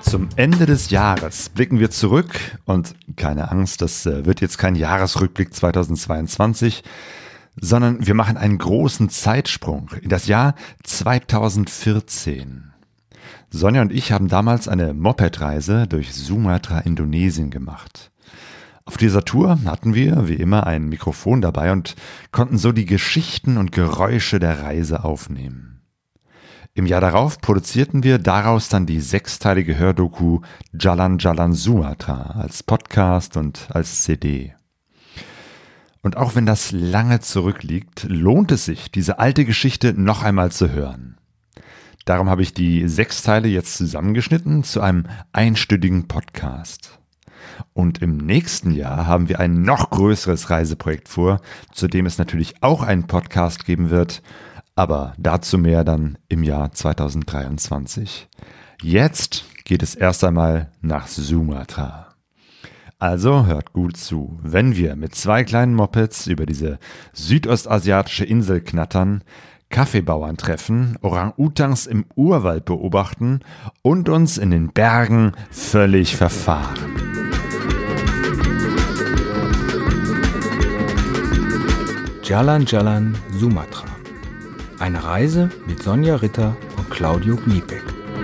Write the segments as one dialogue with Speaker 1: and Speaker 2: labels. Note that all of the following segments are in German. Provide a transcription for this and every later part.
Speaker 1: Zum Ende des Jahres blicken wir zurück und keine Angst, das wird jetzt kein Jahresrückblick 2022, sondern wir machen einen großen Zeitsprung in das Jahr 2014. Sonja und ich haben damals eine Mopedreise durch Sumatra, Indonesien gemacht. Auf dieser Tour hatten wir, wie immer, ein Mikrofon dabei und konnten so die Geschichten und Geräusche der Reise aufnehmen. Im Jahr darauf produzierten wir daraus dann die 6-teilige Hördoku Jalan Jalan Sumatra als Podcast und als CD. Und auch wenn das lange zurückliegt, lohnt es sich, diese alte Geschichte noch einmal zu hören. Darum habe ich die 6 Teile jetzt zusammengeschnitten zu einem einstündigen Podcast. Und im nächsten Jahr haben wir ein noch größeres Reiseprojekt vor, zu dem es natürlich auch einen Podcast geben wird, aber dazu mehr dann im Jahr 2023. Jetzt geht es erst einmal nach Sumatra. Also hört gut zu, wenn wir mit 2 kleinen Mopeds über diese südostasiatische Insel knattern, Kaffeebauern treffen, Orang-Utans im Urwald beobachten und uns in den Bergen völlig verfahren.
Speaker 2: Jalan Jalan Sumatra. Eine Reise mit Sonja Ritter und Claudio Kniepek.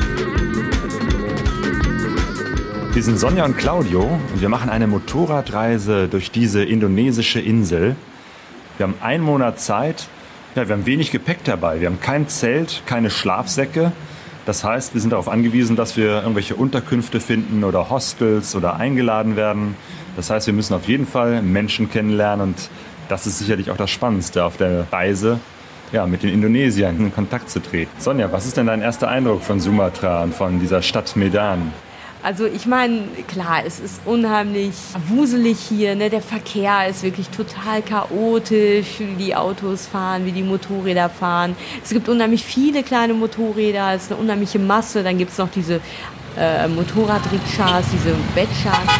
Speaker 1: Wir sind Sonja und Claudio und wir machen eine Motorradreise durch diese indonesische Insel. Wir haben 1 Monat Zeit. Ja, wir haben wenig Gepäck dabei. Wir haben kein Zelt, keine Schlafsäcke. Das heißt, wir sind darauf angewiesen, dass wir irgendwelche Unterkünfte finden oder Hostels oder eingeladen werden. Das heißt, wir müssen auf jeden Fall Menschen kennenlernen und das ist sicherlich auch das Spannendste auf der Reise, ja, mit den Indonesiern in Kontakt zu treten. Sonja, was ist denn dein erster Eindruck von Sumatra und von dieser Stadt Medan?
Speaker 3: Also ich meine, klar, es ist unheimlich wuselig hier, ne? Der Verkehr ist wirklich total chaotisch, wie die Autos fahren, wie die Motorräder fahren. Es gibt unheimlich viele kleine Motorräder, es ist eine unheimliche Masse. Dann gibt es noch diese Motorradrikschas, diese Becschas.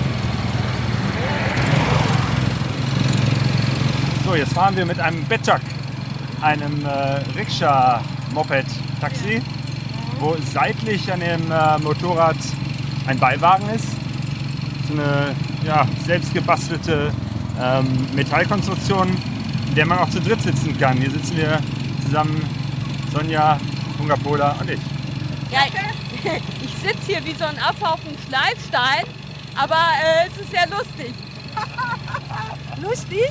Speaker 4: So, jetzt fahren wir mit einem Becak, einem Rikscha-Moped-Taxi, wo seitlich an dem Motorrad ein Beiwagen ist. So eine selbstgebastelte Metallkonstruktion, in der man auch zu dritt sitzen kann. Hier sitzen wir zusammen, Sonja, Bungapola und ich.
Speaker 3: Ja, ich sitze hier wie so ein Affe auf einem Schleifstein, aber es ist sehr lustig. Lustig?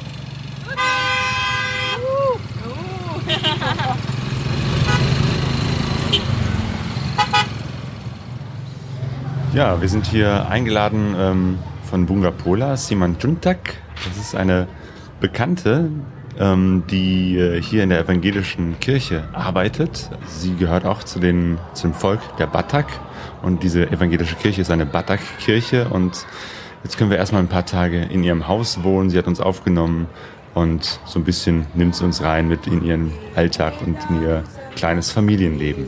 Speaker 1: Ja, wir sind hier eingeladen von Bungapola, Simanjuntak. Das ist eine Bekannte, die hier in der evangelischen Kirche arbeitet. Sie gehört auch zum Volk der Batak und diese evangelische Kirche ist eine Batak-Kirche und jetzt können wir erstmal ein paar Tage in ihrem Haus wohnen. Sie hat uns aufgenommen und so ein bisschen nimmt sie uns rein mit in ihren Alltag und in ihr kleines Familienleben.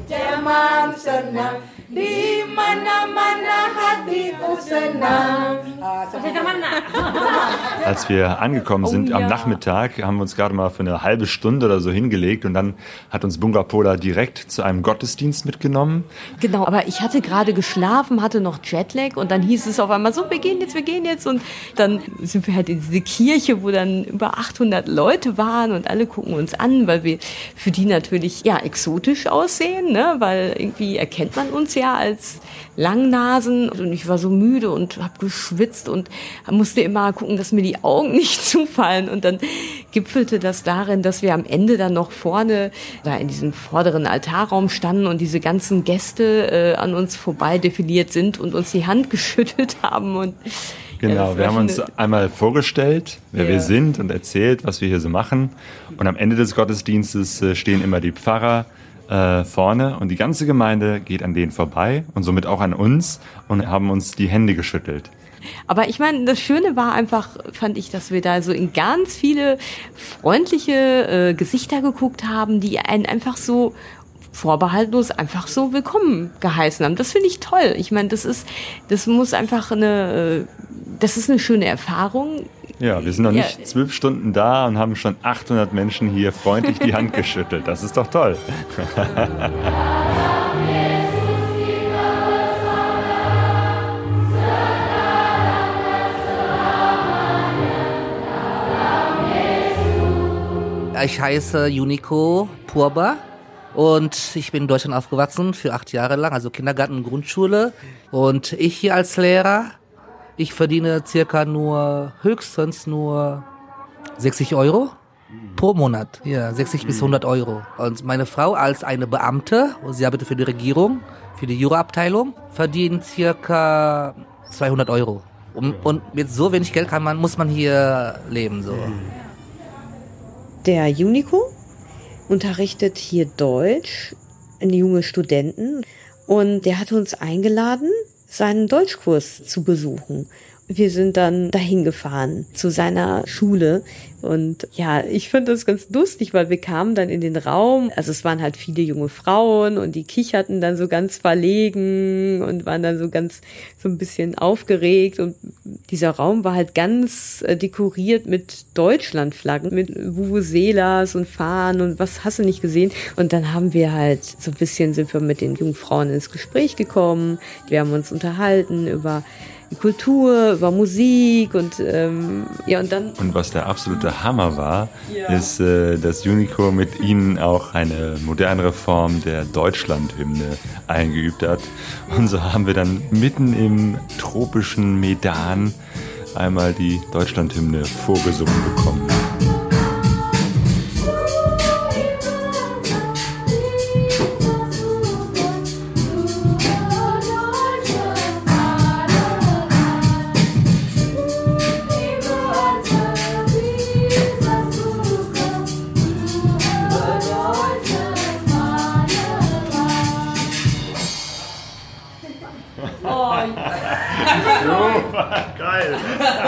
Speaker 1: Als wir angekommen sind am Nachmittag, haben wir uns gerade mal für eine halbe Stunde oder so hingelegt und dann hat uns Bungapola direkt zu einem Gottesdienst mitgenommen.
Speaker 3: Genau, aber ich hatte gerade geschlafen, hatte noch Jetlag und dann hieß es auf einmal so, wir gehen jetzt und dann sind wir halt in diese Kirche, wo dann über 800 Leute waren und alle gucken uns an, weil wir für die natürlich exotisch aussehen, ne? Weil irgendwie erkennt man uns ja als Langnasen und ich war so müde und habe geschwitzt und musste immer gucken, dass mir die Augen nicht zufallen und dann gipfelte das darin, dass wir am Ende dann noch vorne da in diesem vorderen Altarraum standen und diese ganzen Gäste an uns vorbei defiliert sind und uns die Hand geschüttelt haben und
Speaker 1: genau, wir haben uns einmal vorgestellt, wer wir sind und erzählt, was wir hier so machen und am Ende des Gottesdienstes stehen immer die Pfarrer vorne und die ganze Gemeinde geht an denen vorbei und somit auch an uns und haben uns die Hände geschüttelt.
Speaker 3: Aber ich meine, das Schöne war einfach, fand ich, dass wir da so in ganz viele freundliche Gesichter geguckt haben, die einen einfach so vorbehaltlos einfach so willkommen geheißen haben. Das finde ich toll. Ich meine, das ist eine schöne Erfahrung.
Speaker 1: Ja, wir sind noch nicht 12 Stunden da und haben schon 800 Menschen hier freundlich die Hand geschüttelt. Das ist doch toll.
Speaker 5: Ich heiße Juniko Purba und ich bin in Deutschland aufgewachsen für 8 Jahre lang, also Kindergarten und Grundschule. Und ich hier als Lehrer, ich verdiene höchstens nur 60 Euro pro Monat. Ja, 60 bis 100 Euro. Und meine Frau als eine Beamte, sie arbeitet für die Regierung, für die Juraabteilung, verdient circa 200 Euro. Und mit so wenig Geld muss man hier leben, so.
Speaker 3: Der Juniko unterrichtet hier Deutsch, junge Studenten, und der hat uns eingeladen, seinen Deutschkurs zu besuchen. Wir sind dann dahin gefahren zu seiner Schule und ja, ich fand das ganz lustig, weil wir kamen dann in den Raum, also es waren halt viele junge Frauen und die kicherten dann so ganz verlegen und waren dann so ein bisschen aufgeregt und dieser Raum war halt ganz dekoriert mit Deutschlandflaggen, mit Vuvuzelas und Fahnen und was hast du nicht gesehen, und dann haben wir halt sind wir mit den jungen Frauen ins Gespräch gekommen, wir haben uns unterhalten über Kultur, über Musik und und dann.
Speaker 1: Und was der absolute Hammer war, ist, dass Juniko mit ihnen auch eine modernere Form der Deutschlandhymne eingeübt hat. Und so haben wir dann mitten im tropischen Medan einmal die Deutschlandhymne vorgesungen bekommen.
Speaker 4: Geil.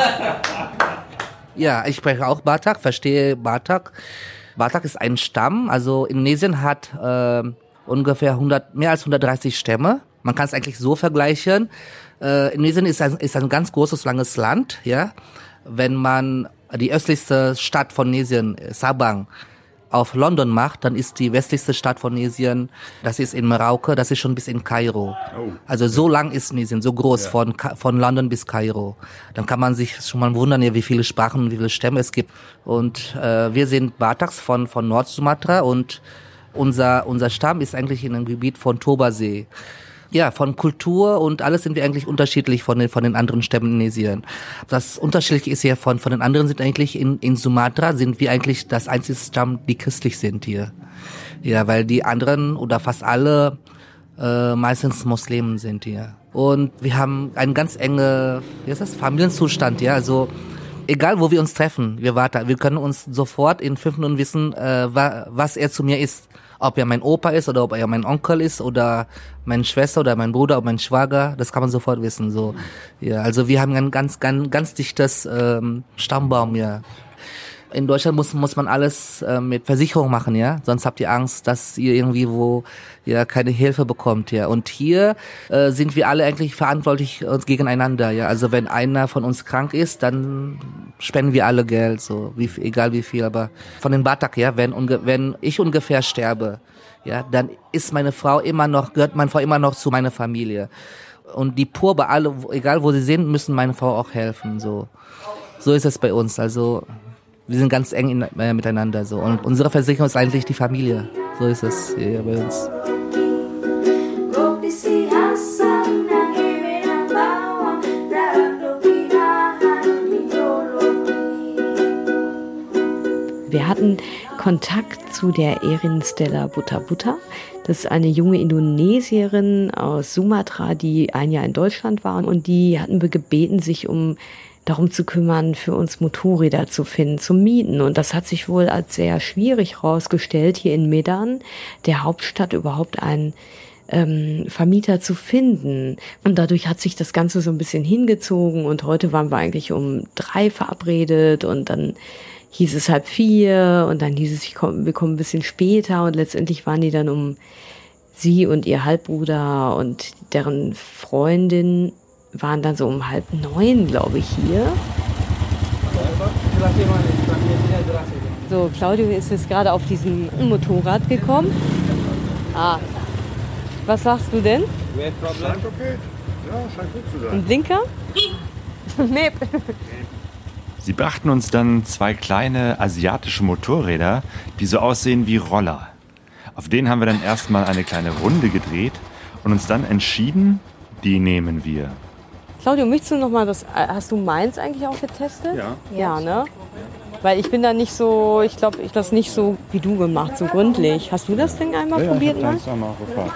Speaker 5: Ja, ich spreche auch Batak, verstehe Batak. Batak ist ein Stamm, also Indonesien hat ungefähr mehr als 130 Stämme. Man kann es eigentlich so vergleichen. Indonesien ist ein ganz großes, langes Land. Ja, wenn man die östlichste Stadt von Indonesien, Sabang, auf London macht, dann ist die westlichste Stadt von Indonesien, das ist in Merauke, das ist schon bis in Kairo. Oh. Also so lang ist Indonesien, so groß, von London bis Kairo. Dann kann man sich schon mal wundern, wie viele Sprachen und wie viele Stämme es gibt. Und wir sind Bataks von Nord-Sumatra und unser Stamm ist eigentlich in einem Gebiet von Tobasee. Ja, von Kultur und alles sind wir eigentlich unterschiedlich von den anderen Stämmen in Indonesien. Das Unterschiedliche ist ja von den anderen sind eigentlich in Sumatra sind wir eigentlich das einzige Stamm, die christlich sind hier. Ja, weil die anderen oder fast alle meistens Muslimen sind hier. Und wir haben einen ganz enge, Familienzustand, ja, also egal wo wir uns treffen, wir können uns sofort in 5 Minuten wissen, was er zu mir ist. Ob er mein Opa ist oder ob er mein Onkel ist oder meine Schwester oder mein Bruder oder mein Schwager, das kann man sofort wissen. So, ja, also wir haben ein ganz dichtes Stammbaum, ja. In Deutschland muss man alles mit Versicherung machen, ja. Sonst habt ihr Angst, dass ihr irgendwie keine Hilfe bekommt, ja. Und hier sind wir alle eigentlich verantwortlich uns gegeneinander, ja. Also wenn einer von uns krank ist, dann spenden wir alle Geld, so egal wie viel. Aber von den Batak, ja, wenn ich ungefähr sterbe, ja, dann ist gehört meine Frau immer noch zu meiner Familie. Und die Purba, alle, egal wo sie sind, müssen meine Frau auch helfen, so. So ist es bei uns, also. Wir sind ganz eng miteinander so. Und unsere Versicherung ist eigentlich die Familie. So ist es hier bei uns.
Speaker 3: Wir hatten Kontakt zu der Erin Stella Butha-Butha. Das ist eine junge Indonesierin aus Sumatra, die ein Jahr in Deutschland war. Und die hatten wir gebeten, sich darum zu kümmern, für uns Motorräder zu finden, zu mieten. Und das hat sich wohl als sehr schwierig herausgestellt, hier in Medan, der Hauptstadt, überhaupt einen Vermieter zu finden. Und dadurch hat sich das Ganze so ein bisschen hingezogen. Und heute waren wir eigentlich um 3 verabredet und dann hieß es 3:30 und dann hieß es, wir kommen ein bisschen später. Und letztendlich waren die dann sie und ihr Halbbruder und deren Freundin waren dann so um 8:30, glaube ich, hier. So, Claudio ist jetzt gerade auf diesem Motorrad gekommen. Was sagst du denn?
Speaker 4: Scheint okay. Ja, scheint gut zu sein.
Speaker 3: Ein Blinker? Nee.
Speaker 1: Sie brachten uns dann 2 kleine asiatische Motorräder, die so aussehen wie Roller. Auf denen haben wir dann erstmal eine kleine Runde gedreht und uns dann entschieden, die nehmen wir.
Speaker 3: Claudio, möchtest du noch mal hast du meins eigentlich auch getestet?
Speaker 4: Ja.
Speaker 3: Ja, ne? Weil ich bin da nicht so, ich glaube, ich das nicht so wie du gemacht, so gründlich. Hast du das Ding einmal probiert?
Speaker 4: Ich habe das einmal gefahren.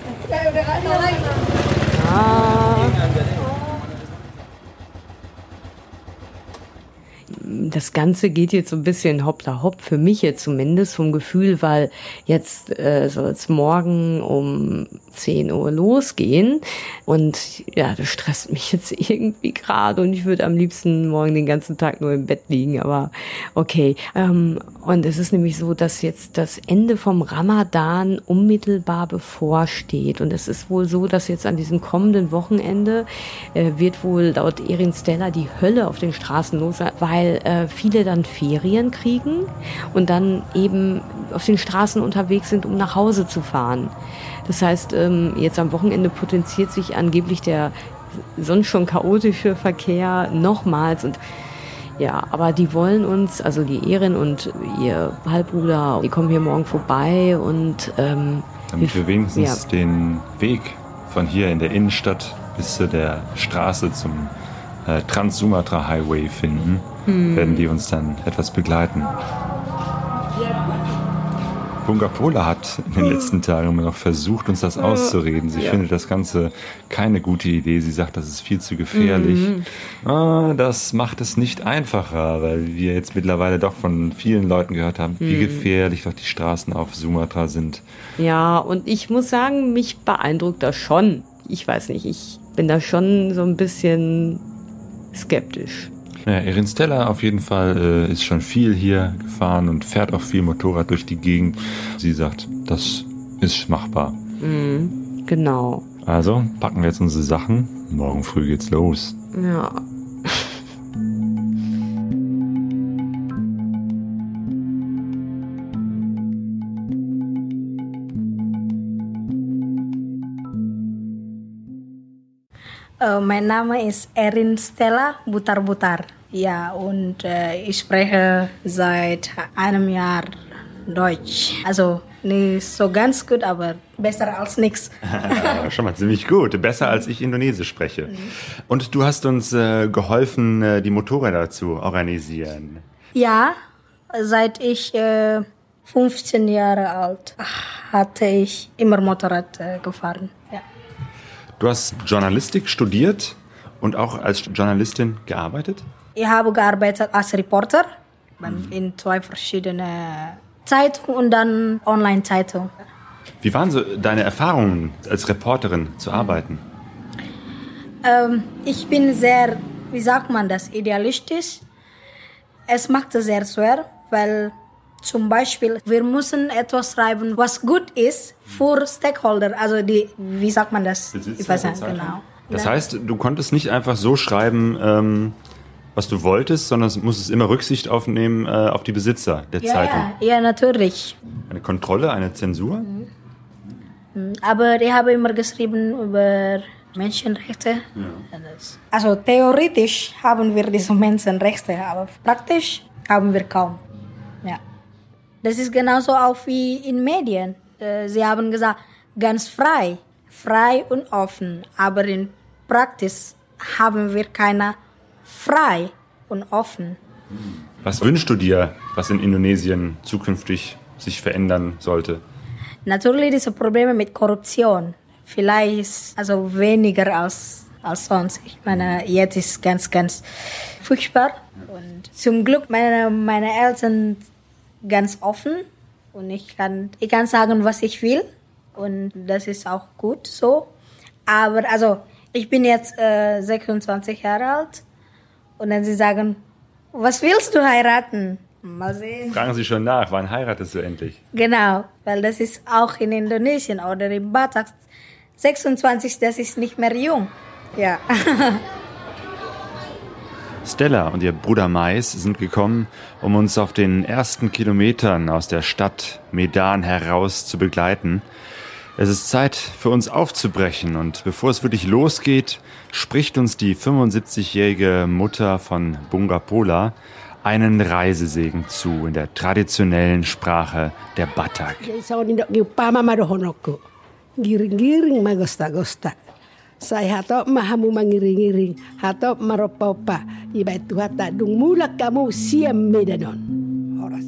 Speaker 3: Das Ganze geht jetzt so ein bisschen hoppla hopp, für mich jetzt zumindest vom Gefühl, weil jetzt soll es morgen um 10 Uhr losgehen und ja, das stresst mich jetzt irgendwie gerade und ich würde am liebsten morgen den ganzen Tag nur im Bett liegen, aber okay. Und es ist nämlich so, dass jetzt das Ende vom Ramadan unmittelbar bevorsteht und es ist wohl so, dass jetzt an diesem kommenden Wochenende wird wohl laut Erin Stella die Hölle auf den Straßen los sein, weil viele dann Ferien kriegen und dann eben auf den Straßen unterwegs sind, um nach Hause zu fahren. Das heißt, jetzt am Wochenende potenziert sich angeblich der sonst schon chaotische Verkehr nochmals. Und ja, aber die wollen uns, also die Erin und ihr Halbbruder, die kommen hier morgen vorbei und
Speaker 1: damit wir wenigstens den Weg von hier in der Innenstadt bis zu der Straße zum Trans-Sumatra Highway finden, werden die uns dann etwas begleiten. Bunga Pola hat in den letzten Tagen immer noch versucht, uns das auszureden. Sie findet das Ganze keine gute Idee. Sie sagt, das ist viel zu gefährlich. Das macht es nicht einfacher, weil wir jetzt mittlerweile doch von vielen Leuten gehört haben, wie gefährlich doch die Straßen auf Sumatra sind.
Speaker 3: Ja, und ich muss sagen, mich beeindruckt das schon. Ich weiß nicht, ich bin da schon so ein bisschen skeptisch.
Speaker 1: Ja, Erin Stella auf jeden Fall ist schon viel hier gefahren und fährt auch viel Motorrad durch die Gegend. Sie sagt, das ist machbar.
Speaker 3: Genau.
Speaker 1: Also packen wir jetzt unsere Sachen. Morgen früh geht's los.
Speaker 3: Ja.
Speaker 6: Mein Name ist Erin Stella Butar-Butar. Ja, und ich spreche seit einem Jahr Deutsch. Also nicht so ganz gut, aber besser als nichts.
Speaker 1: Schon mal ziemlich gut. Besser als ich Indonesisch spreche. Und du hast uns geholfen, die Motorräder zu organisieren.
Speaker 6: Ja, seit ich 15 Jahre alt hatte ich immer Motorrad gefahren. Ja.
Speaker 1: Du hast Journalistik studiert und auch als Journalistin gearbeitet?
Speaker 6: Ich habe gearbeitet als Reporter in 2 verschiedenen Zeitungen und dann Online-Zeitungen.
Speaker 1: Wie waren so deine Erfahrungen als Reporterin zu arbeiten?
Speaker 6: Ich bin sehr, wie sagt man das, idealistisch. Es macht es sehr schwer, weil zum Beispiel, wir müssen etwas schreiben, was gut ist für Stakeholder, also die, wie sagt man das? Ich weiß nicht, genau.
Speaker 1: Das heißt, du konntest nicht einfach so schreiben, was du wolltest, sondern musstest immer Rücksicht aufnehmen auf die Besitzer der Zeitung.
Speaker 6: Ja, natürlich.
Speaker 1: Eine Kontrolle, eine Zensur?
Speaker 6: Aber ich habe immer geschrieben über Menschenrechte. Ja. Also theoretisch haben wir diese Menschenrechte, aber praktisch haben wir kaum. Ja. Das ist genauso auch wie in Medien. Sie haben gesagt, ganz frei und offen. Aber in Praxis haben wir keine frei und offen.
Speaker 1: Was wünschst du dir, was in Indonesien zukünftig sich verändern sollte?
Speaker 6: Natürlich diese Probleme mit Korruption. Vielleicht also weniger als sonst. Ich meine, jetzt ist ganz, ganz furchtbar. Und zum Glück meine Eltern ganz offen und ich kann sagen, was ich will und das ist auch gut so. Aber also ich bin jetzt 26 Jahre alt und dann sie sagen, was willst du heiraten? Mal sehen.
Speaker 1: Fragen Sie schon nach, wann heiratest du endlich?
Speaker 6: Genau, weil das ist auch in Indonesien oder in Batak 26, das ist nicht mehr jung. Ja.
Speaker 1: Stella und ihr Bruder Mais sind gekommen, um uns auf den ersten Kilometern aus der Stadt Medan heraus zu begleiten. Es ist Zeit für uns aufzubrechen und bevor es wirklich losgeht, spricht uns die 75-jährige Mutter von Bunga-Pola einen Reisesegen zu in der traditionellen Sprache der Batak.
Speaker 7: Giring-giring magosta-gosta. Saya hatop mahamu mangiring-giring, hatop maropa-opa, ibaitu hata dung mulak kamu siam medanon. Horas.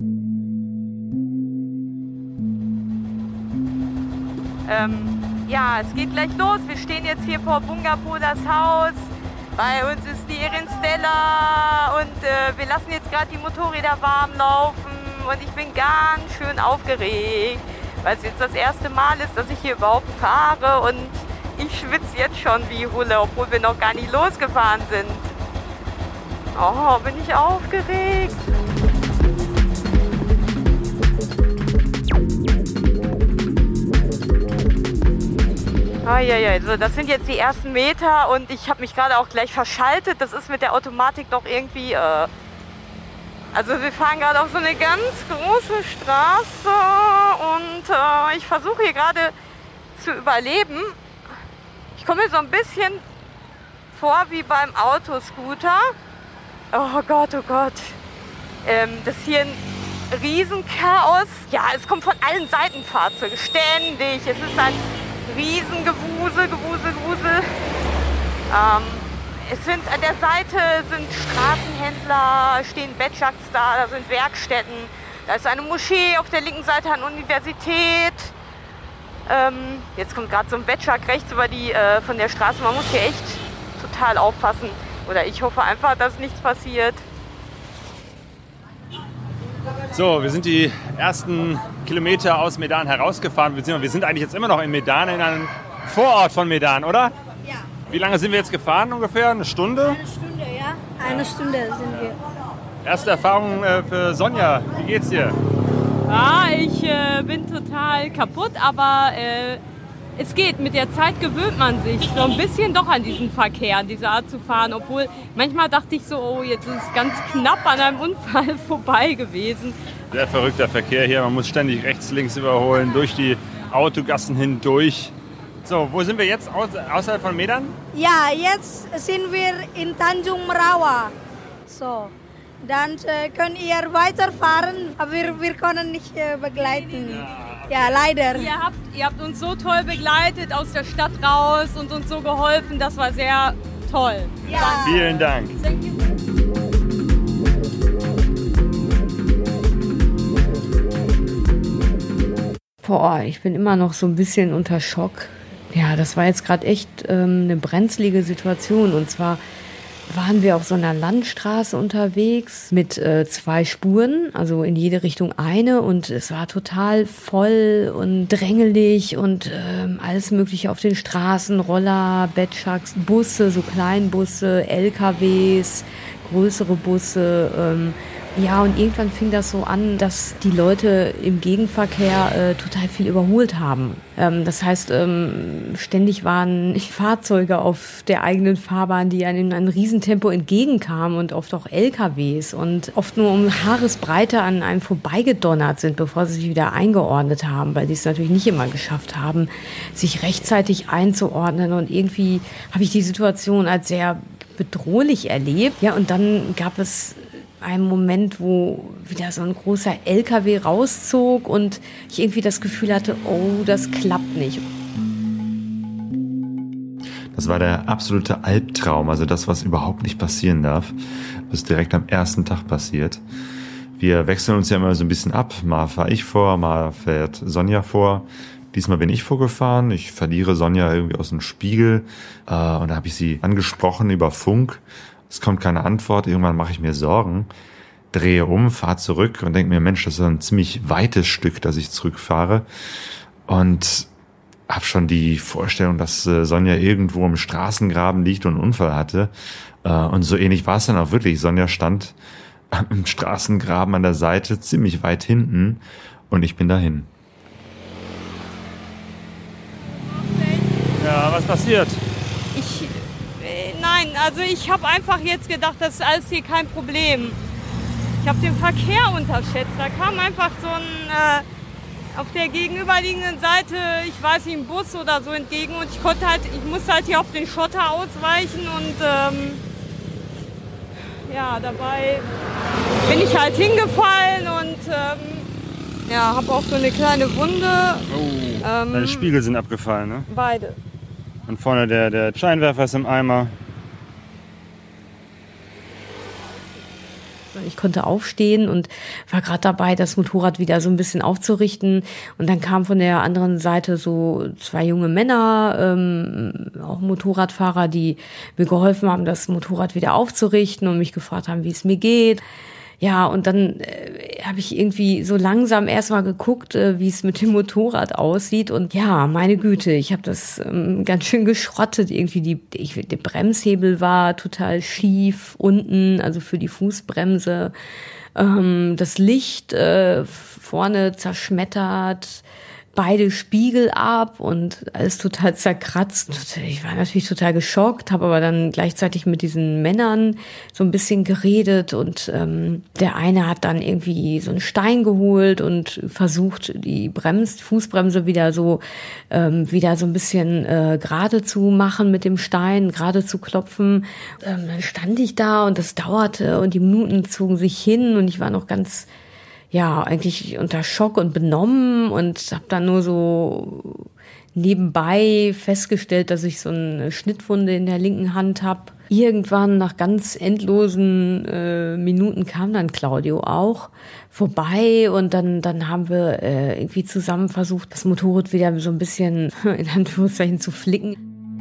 Speaker 3: Ja, es geht gleich los. Wir stehen jetzt hier vor Bunga-Polas Haus. Bei uns ist die Erin Stella und wir lassen jetzt gerade die Motorräder warm laufen und ich bin ganz schön aufgeregt, weil es jetzt das erste Mal ist, dass ich hier überhaupt fahre und ich schwitze jetzt schon wie Hulle, obwohl wir noch gar nicht losgefahren sind. Oh, bin ich aufgeregt. Also das sind jetzt die ersten Meter und ich habe mich gerade auch gleich verschaltet. Das ist mit der Automatik doch irgendwie... Also wir fahren gerade auf so eine ganz große Straße und ich versuche hier gerade zu überleben. Ich komme mir so ein bisschen vor wie beim Autoscooter. Oh Gott, oh Gott. Das ist hier ein Riesenchaos. Ja, es kommt von allen Seiten Fahrzeuge, ständig. Es ist ein Riesengewusel. Es sind an der Seite sind Straßenhändler, stehen Betschaks da, da sind Werkstätten. Da ist eine Moschee, auf der linken Seite eine Universität. Jetzt kommt gerade so ein Betschak rechts über die von der Straße. Man muss hier echt total aufpassen. Oder ich hoffe einfach, dass nichts passiert.
Speaker 4: So, wir sind die ersten Kilometer aus Medan herausgefahren. Wir sind eigentlich jetzt immer noch in Medan, in einem Vorort von Medan, oder?
Speaker 6: Ja.
Speaker 4: Wie lange sind wir jetzt gefahren ungefähr? Eine Stunde?
Speaker 6: Eine Stunde, ja. Eine Stunde sind wir.
Speaker 4: Erste Erfahrung für Sonja. Wie geht's dir?
Speaker 3: Ja, ich bin total kaputt, aber es geht. Mit der Zeit gewöhnt man sich so ein bisschen doch an diesen Verkehr, an diese Art zu fahren. Obwohl manchmal dachte ich so, oh, jetzt ist es ganz knapp an einem Unfall vorbei gewesen.
Speaker 4: Sehr verrückter Verkehr hier. Man muss ständig rechts, links überholen, durch die Autogassen hindurch. So, wo sind wir jetzt außerhalb von Medan?
Speaker 6: Ja, jetzt sind wir in Tanjung Merawa. So, dann könnt ihr weiterfahren, aber wir können nicht begleiten. Ja, leider.
Speaker 3: Ihr habt uns so toll begleitet aus der Stadt raus und uns so geholfen. Das war sehr toll.
Speaker 6: Ja.
Speaker 4: Vielen Dank.
Speaker 3: Boah, ich bin immer noch so ein bisschen unter Schock. Ja, das war jetzt gerade echt eine brenzlige Situation. Und zwar waren wir auf so einer Landstraße unterwegs mit 2 Spuren, also in jede Richtung eine. Und es war total voll und drängelig und alles Mögliche auf den Straßen, Roller, Betschaks, Busse, so Kleinbusse, LKWs, größere Busse. Ja, und irgendwann fing das so an, dass die Leute im Gegenverkehr total viel überholt haben. Das heißt, ständig waren Fahrzeuge auf der eigenen Fahrbahn, die einem in einem Riesentempo entgegenkamen und oft auch LKWs und oft nur um Haaresbreite an einem vorbeigedonnert sind, bevor sie sich wieder eingeordnet haben, weil die es natürlich nicht immer geschafft haben, sich rechtzeitig einzuordnen. Und irgendwie habe ich die Situation als sehr bedrohlich erlebt. Ja, und dann gab es einen Moment, wo wieder so ein großer LKW rauszog und ich irgendwie das Gefühl hatte, oh, das klappt nicht.
Speaker 1: Das war der absolute Albtraum, also das, was überhaupt nicht passieren darf, was direkt am ersten Tag passiert. Wir wechseln uns ja immer so ein bisschen ab, mal fahre ich vor, mal fährt Sonja vor. Diesmal bin ich vorgefahren, ich verliere Sonja irgendwie aus dem Spiegel und da habe ich sie angesprochen über Funk. Es kommt keine Antwort, irgendwann mache ich mir Sorgen, drehe um, fahre zurück und denke mir, Mensch, das ist ein ziemlich weites Stück, dass ich zurückfahre. Und habe schon die Vorstellung, dass Sonja irgendwo im Straßengraben liegt und einen Unfall hatte. Und so ähnlich war es dann auch wirklich. Sonja stand im Straßengraben an der Seite, ziemlich weit hinten und ich bin dahin.
Speaker 4: Ja, was passiert?
Speaker 3: Nein, also ich habe einfach jetzt gedacht, das ist alles hier kein Problem. Ich habe den Verkehr unterschätzt. Da kam einfach so ein auf der gegenüberliegenden Seite, ich weiß nicht, ein Bus oder so entgegen und ich musste halt hier auf den Schotter ausweichen und dabei bin ich halt hingefallen und habe auch so eine kleine Wunde.
Speaker 4: Deine Spiegel sind abgefallen, ne?
Speaker 3: Beide.
Speaker 4: Und vorne der Scheinwerfer ist im Eimer.
Speaker 3: Ich konnte aufstehen und war gerade dabei, das Motorrad wieder so ein bisschen aufzurichten. Und dann kamen von der anderen Seite so 2 junge Männer, auch Motorradfahrer, die mir geholfen haben, das Motorrad wieder aufzurichten und mich gefragt haben, wie es mir geht. Ja, und dann habe ich irgendwie so langsam erstmal geguckt, wie es mit dem Motorrad aussieht. Und ja, meine Güte, ich habe das ganz schön geschrottet. Irgendwie der Bremshebel war total schief unten, also für die Fußbremse. Das Licht vorne zerschmettert, beide Spiegel ab und alles total zerkratzt. Ich war natürlich total geschockt, habe aber dann gleichzeitig mit diesen Männern so ein bisschen geredet und der eine hat dann irgendwie so einen Stein geholt und versucht, die Fußbremse wieder so ein bisschen gerade zu machen mit dem Stein, gerade zu klopfen. Dann stand ich da und das dauerte und die Minuten zogen sich hin und ich war noch ganz eigentlich unter Schock und benommen und habe dann nur so nebenbei festgestellt, dass ich so eine Schnittwunde in der linken Hand habe. Irgendwann nach ganz endlosen Minuten kam dann Claudio auch vorbei und dann haben wir irgendwie zusammen versucht, das Motorrad wieder so ein bisschen in Anführungszeichen zu flicken.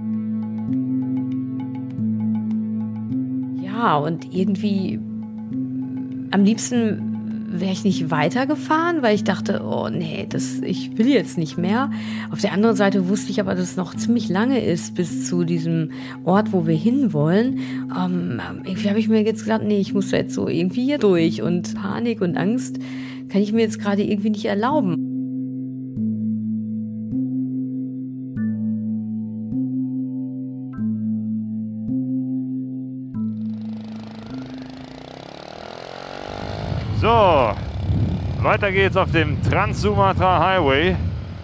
Speaker 3: Ja, und irgendwie am liebsten wäre ich nicht weitergefahren, weil ich dachte, oh nee, ich will jetzt nicht mehr. Auf der anderen Seite wusste ich aber, dass es noch ziemlich lange ist bis zu diesem Ort, wo wir hinwollen. Irgendwie habe ich mir jetzt gedacht, nee, ich muss da jetzt so irgendwie hier durch und Panik und Angst kann ich mir jetzt gerade irgendwie nicht erlauben.
Speaker 4: So, weiter geht's auf dem Trans-Sumatra Highway.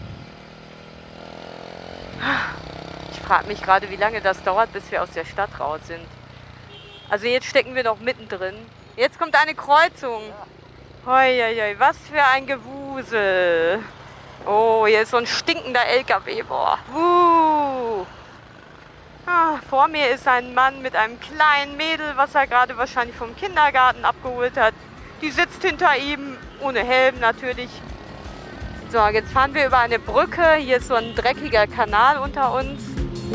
Speaker 3: Ich frage mich gerade, wie lange das dauert, bis wir aus der Stadt raus sind. Also jetzt stecken wir noch mittendrin. Jetzt kommt eine Kreuzung. Hoi, was für ein Gewusel. Oh, hier ist so ein stinkender LKW. Boah. Vor mir ist ein Mann mit einem kleinen Mädel, was er gerade wahrscheinlich vom Kindergarten abgeholt hat. Die sitzt hinter ihm, ohne Helm natürlich. So, jetzt fahren wir über eine Brücke. Hier ist so ein dreckiger Kanal unter uns.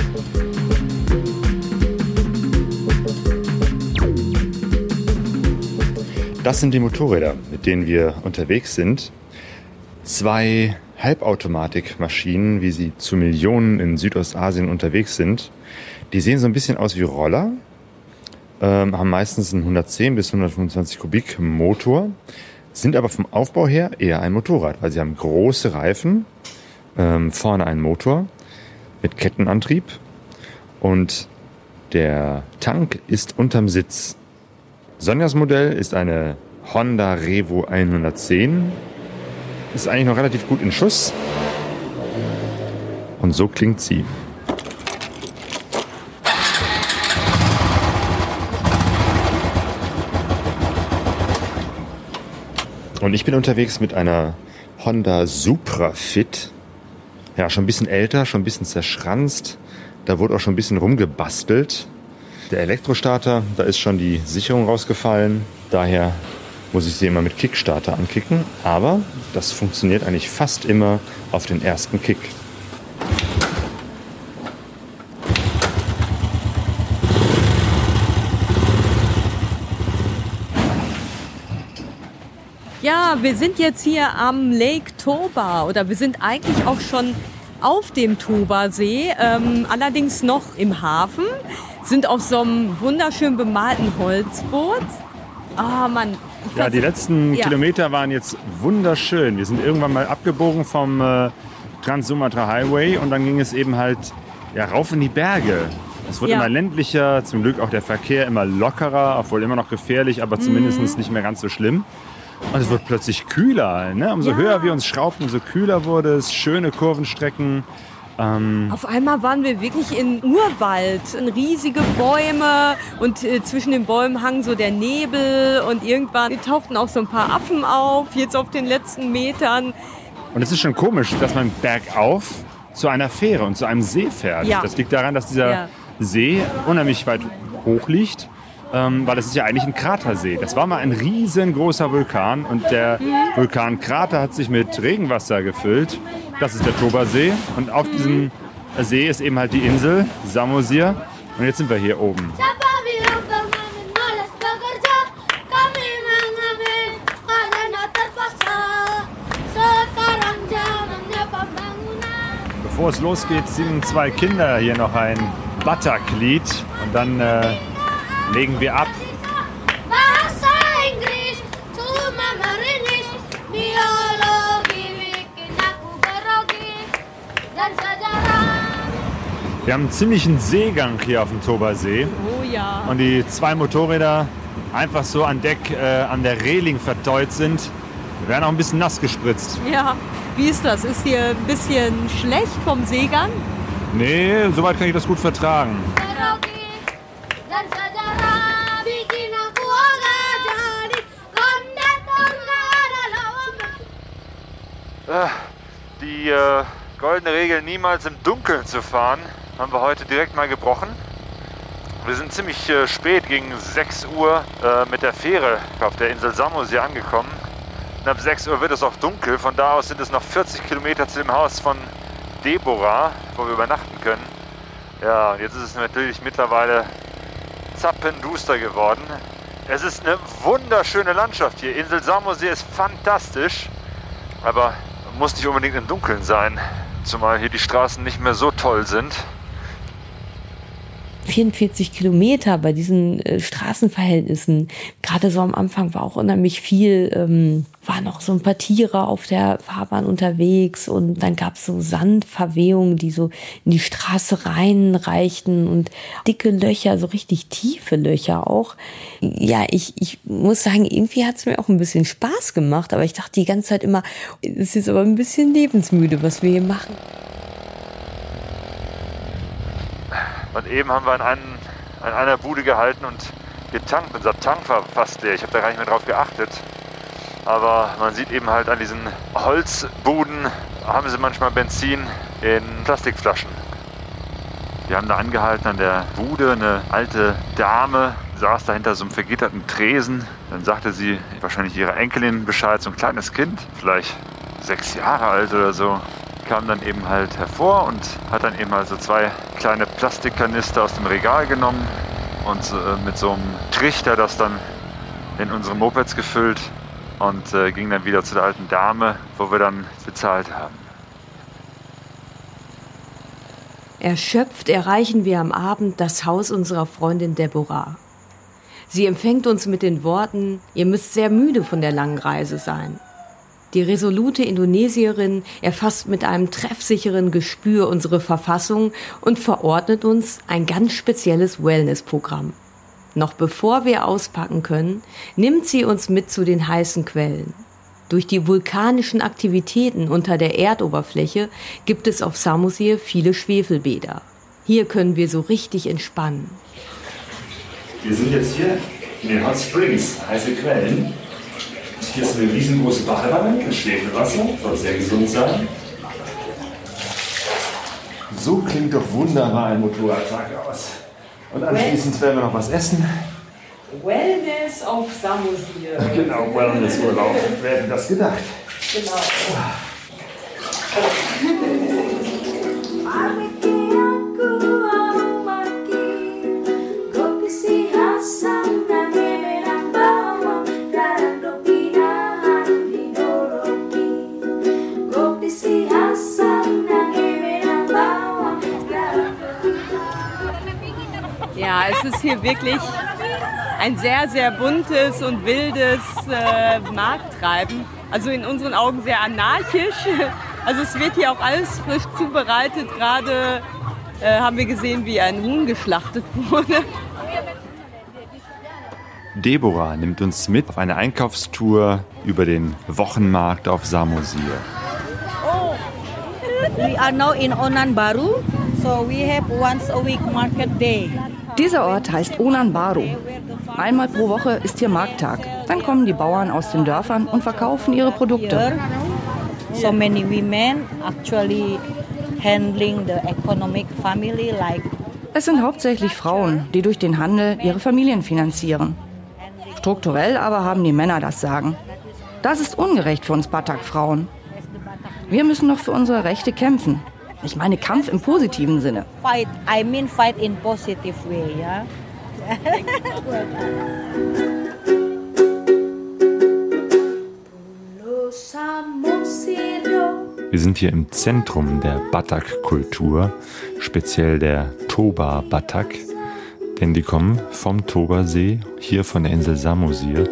Speaker 1: Das sind die Motorräder, mit denen wir unterwegs sind. 2 Halbautomatikmaschinen, wie sie zu Millionen in Südostasien unterwegs sind. Die sehen so ein bisschen aus wie Roller. Haben meistens einen 110 bis 125 Kubik Motor, sind aber vom Aufbau her eher ein Motorrad, weil sie haben große Reifen, vorne einen Motor mit Kettenantrieb und der Tank ist unterm Sitz. Sonjas Modell ist eine Honda Revo 110, ist eigentlich noch relativ gut in Schuss und so klingt sie. Und ich bin unterwegs mit einer Honda Supra Fit. Ja, schon ein bisschen älter, schon ein bisschen zerschranzt. Da wurde auch schon ein bisschen rumgebastelt. Der Elektrostarter, da ist schon die Sicherung rausgefallen. Daher muss ich sie immer mit Kickstarter ankicken. Aber das funktioniert eigentlich fast immer auf den ersten Kick.
Speaker 3: Ja, wir sind jetzt hier am Lake Toba oder wir sind eigentlich auch schon auf dem Toba-See, allerdings noch im Hafen, sind auf so einem wunderschön bemalten Holzboot. Ah, Mann.
Speaker 4: Ja, die letzten Kilometer waren jetzt wunderschön. Wir sind irgendwann mal abgebogen vom Trans-Sumatra Highway und dann ging es eben halt rauf in die Berge. Es wird immer ländlicher, zum Glück auch der Verkehr immer lockerer, obwohl immer noch gefährlich, aber zumindest nicht mehr ganz so schlimm. Und es wird plötzlich kühler. Ne? Umso höher wir uns schraubten, umso kühler wurde es. Schöne Kurvenstrecken.
Speaker 3: Auf einmal waren wir wirklich in Urwald, riesige Bäume und zwischen den Bäumen hang so der Nebel und irgendwann tauchten auch so ein paar Affen auf, jetzt auf den letzten Metern.
Speaker 4: Und es ist schon komisch, dass man bergauf zu einer Fähre und zu einem See fährt.
Speaker 3: Ja.
Speaker 4: Das liegt daran, dass dieser See unheimlich weit hoch liegt, weil das ist ja eigentlich ein Kratersee. Das war mal ein riesengroßer Vulkan und der Vulkankrater hat sich mit Regenwasser gefüllt. Das ist der Toba-See und auf diesem See ist eben halt die Insel Samosir und jetzt sind wir hier oben. Bevor es losgeht, singen 2 Kinder hier noch ein Batak-Lied und dann legen wir ab. Wir haben einen ziemlichen Seegang hier auf dem Toba-See.
Speaker 3: Oh ja.
Speaker 4: Und die 2 Motorräder einfach so an Deck an der Reling verteut sind. Wir werden auch ein bisschen nass gespritzt.
Speaker 3: Ja, wie ist das? Ist hier ein bisschen schlecht vom Seegang?
Speaker 4: Nee, soweit kann ich das gut vertragen. Die goldene Regel, niemals im Dunkeln zu fahren, haben wir heute direkt mal gebrochen. Wir sind ziemlich spät, gegen 6 Uhr, mit der Fähre auf der Insel Samosir angekommen. Und ab 6 Uhr wird es auch dunkel. Von da aus sind es noch 40 Kilometer zu dem Haus von Deborah, wo wir übernachten können. Ja, und jetzt ist es natürlich mittlerweile zappenduster geworden. Es ist eine wunderschöne Landschaft hier. Insel Samosir ist fantastisch, aber muss nicht unbedingt im Dunkeln sein, zumal hier die Straßen nicht mehr so toll sind.
Speaker 3: 44 Kilometer bei diesen Straßenverhältnissen. Gerade so am Anfang war auch unheimlich viel, waren noch so ein paar Tiere auf der Fahrbahn unterwegs und dann gab es so Sandverwehungen, die so in die Straße reinreichten und dicke Löcher, so richtig tiefe Löcher auch. Ja, ich muss sagen, irgendwie hat es mir auch ein bisschen Spaß gemacht, aber ich dachte die ganze Zeit immer, es ist aber ein bisschen lebensmüde, was wir hier machen.
Speaker 4: Und eben haben wir in einer Bude gehalten und getankt. Unser Tank war fast leer. Ich habe da gar nicht mehr drauf geachtet. Aber man sieht eben halt an diesen Holzbuden, haben sie manchmal Benzin in Plastikflaschen. Wir haben da angehalten an der Bude. Eine alte Dame saß da hinter so einem vergitterten Tresen. Dann sagte sie wahrscheinlich ihrer Enkelin Bescheid. So ein kleines Kind, vielleicht 6 Jahre alt oder so, kam dann eben halt hervor und hat dann eben halt so 2 kleine Plastikkanister aus dem Regal genommen und mit so einem Trichter das dann in unsere Mopeds gefüllt und ging dann wieder zu der alten Dame, wo wir dann bezahlt haben.
Speaker 3: Erschöpft erreichen wir am Abend das Haus unserer Freundin Deborah. Sie empfängt uns mit den Worten: Ihr müsst sehr müde von der langen Reise sein. Die resolute Indonesierin erfasst mit einem treffsicheren Gespür unsere Verfassung und verordnet uns ein ganz spezielles Wellnessprogramm. Noch bevor wir auspacken können, nimmt sie uns mit zu den heißen Quellen. Durch die vulkanischen Aktivitäten unter der Erdoberfläche gibt es auf Samosir viele Schwefelbäder. Hier können wir so richtig entspannen.
Speaker 4: Wir sind jetzt hier in den Hot Springs, heiße Quellen. Hier ist eine riesengroße Badewanne mit Schwefelwasser, soll sehr gesund sein. So klingt doch wunderbar ein Motorradtag aus. Und anschließend werden wir noch was essen.
Speaker 3: Wellness auf Samosir.
Speaker 4: Genau, Wellnessurlaub. Wer hätte das gedacht?
Speaker 3: Genau. Ja, es ist hier wirklich ein sehr, sehr buntes und wildes Markttreiben. Also in unseren Augen sehr anarchisch. Also es wird hier auch alles frisch zubereitet. Gerade haben wir gesehen, wie ein Huhn geschlachtet wurde.
Speaker 1: Deborah nimmt uns mit auf eine Einkaufstour über den Wochenmarkt auf Samosir.
Speaker 8: We are now in Onan Baru, so we have once a week market day.
Speaker 9: Dieser Ort heißt Onan Baru. Einmal pro Woche ist hier Markttag. Dann kommen die Bauern aus den Dörfern und verkaufen ihre Produkte.
Speaker 8: So many women actually handling the economic family like.
Speaker 9: Es sind hauptsächlich Frauen, die durch den Handel ihre Familien finanzieren. Strukturell aber haben die Männer das Sagen. Das ist ungerecht für uns Batak-Frauen. Wir müssen noch für unsere Rechte kämpfen. Ich meine Kampf im positiven Sinne.
Speaker 8: Fight, I mean fight in positive way, ja.
Speaker 1: Wir sind hier im Zentrum der Batak-Kultur, speziell der Toba Batak, denn die kommen vom Toba-See, hier von der Insel Samosir.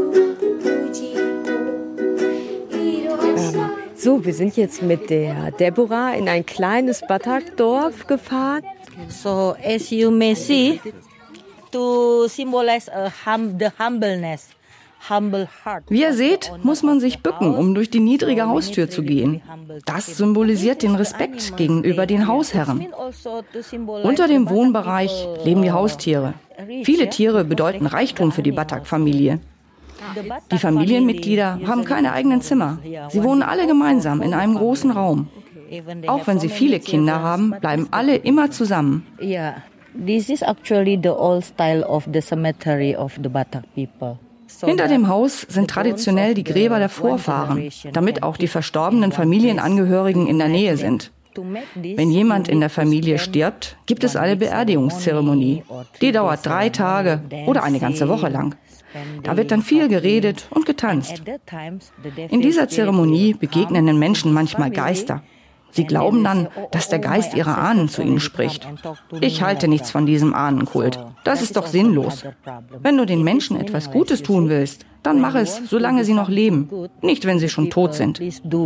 Speaker 3: So, wir sind jetzt mit der Deborah in ein kleines Batak-Dorf gefahren.
Speaker 8: So as you may see, to symbolize the humbleness.
Speaker 9: Wie ihr seht, muss man sich bücken, um durch die niedrige Haustür zu gehen. Das symbolisiert den Respekt gegenüber den Hausherren. Unter dem Wohnbereich leben die Haustiere. Viele Tiere bedeuten Reichtum für die Batak-Familie. Die Familienmitglieder haben keine eigenen Zimmer. Sie wohnen alle gemeinsam in einem großen Raum. Auch wenn sie viele Kinder haben, bleiben alle immer zusammen.
Speaker 8: Yeah, this is actually the old style of the cemetery of the Batak people.
Speaker 9: Hinter dem Haus sind traditionell die Gräber der Vorfahren, damit auch die verstorbenen Familienangehörigen in der Nähe sind. Wenn jemand in der Familie stirbt, gibt es eine Beerdigungszeremonie. Die dauert 3 Tage oder eine ganze Woche lang. Da wird dann viel geredet und getanzt. In dieser Zeremonie begegnen den Menschen manchmal Geister. Sie glauben dann, dass der Geist ihrer Ahnen zu ihnen spricht. Ich halte nichts von diesem Ahnenkult. Das ist doch sinnlos. Wenn du den Menschen etwas Gutes tun willst, dann mach es, solange sie noch leben. Nicht, wenn sie schon tot sind.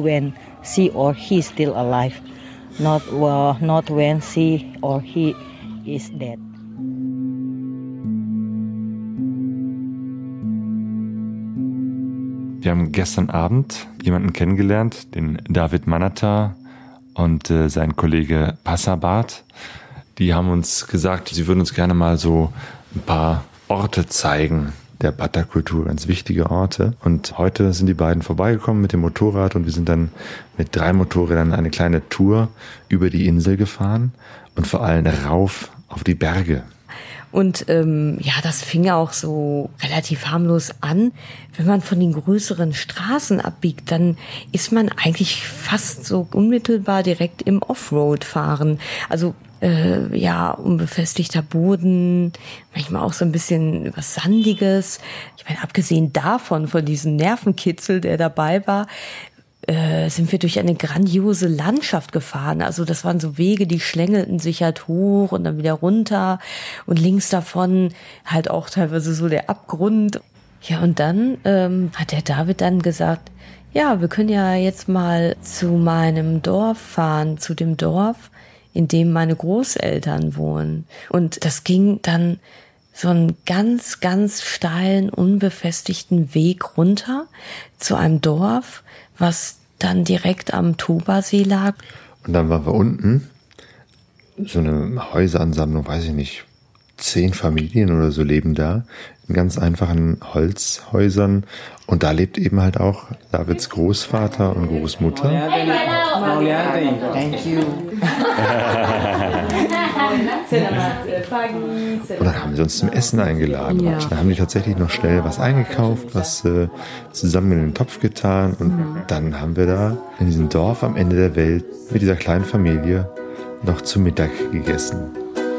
Speaker 8: Not when she or he is dead.
Speaker 1: Wir haben gestern Abend jemanden kennengelernt, den David Manata und sein Kollege Passabat. Die haben uns gesagt, sie würden uns gerne mal so ein paar Orte zeigen der Batak-Kultur, ganz wichtige Orte. Und heute sind die beiden vorbeigekommen mit dem Motorrad und wir sind dann mit 3 Motorrädern eine kleine Tour über die Insel gefahren und vor allem rauf auf die Berge.
Speaker 3: Und das fing auch so relativ harmlos an. Wenn man von den größeren Straßen abbiegt, dann ist man eigentlich fast so unmittelbar direkt im Offroad-Fahren. Also unbefestigter Boden, manchmal auch so ein bisschen was Sandiges. Ich meine, abgesehen davon, von diesem Nervenkitzel, der dabei war, sind wir durch eine grandiose Landschaft gefahren. Also das waren so Wege, die schlängelten sich halt hoch und dann wieder runter und links davon halt auch teilweise so der Abgrund. Ja, und dann hat der David dann gesagt, ja, wir können ja jetzt mal zu meinem Dorf fahren, zu dem Dorf, in dem meine Großeltern wohnen. Und das ging dann so einen ganz, ganz steilen, unbefestigten Weg runter zu einem Dorf, was dann direkt am Toba-See lag.
Speaker 1: Und dann waren wir unten, so eine Häuseransammlung, weiß ich nicht, 10 Familien oder so leben da, in ganz einfachen Holzhäusern. Und da lebt eben halt auch Davids Großvater und Großmutter.
Speaker 9: Thank you.
Speaker 1: Und dann haben sie uns zum Essen eingeladen. Ja. Dann haben die tatsächlich noch schnell was eingekauft, was zusammen in den Topf getan. Und dann haben wir da in diesem Dorf am Ende der Welt mit dieser kleinen Familie noch zu Mittag gegessen.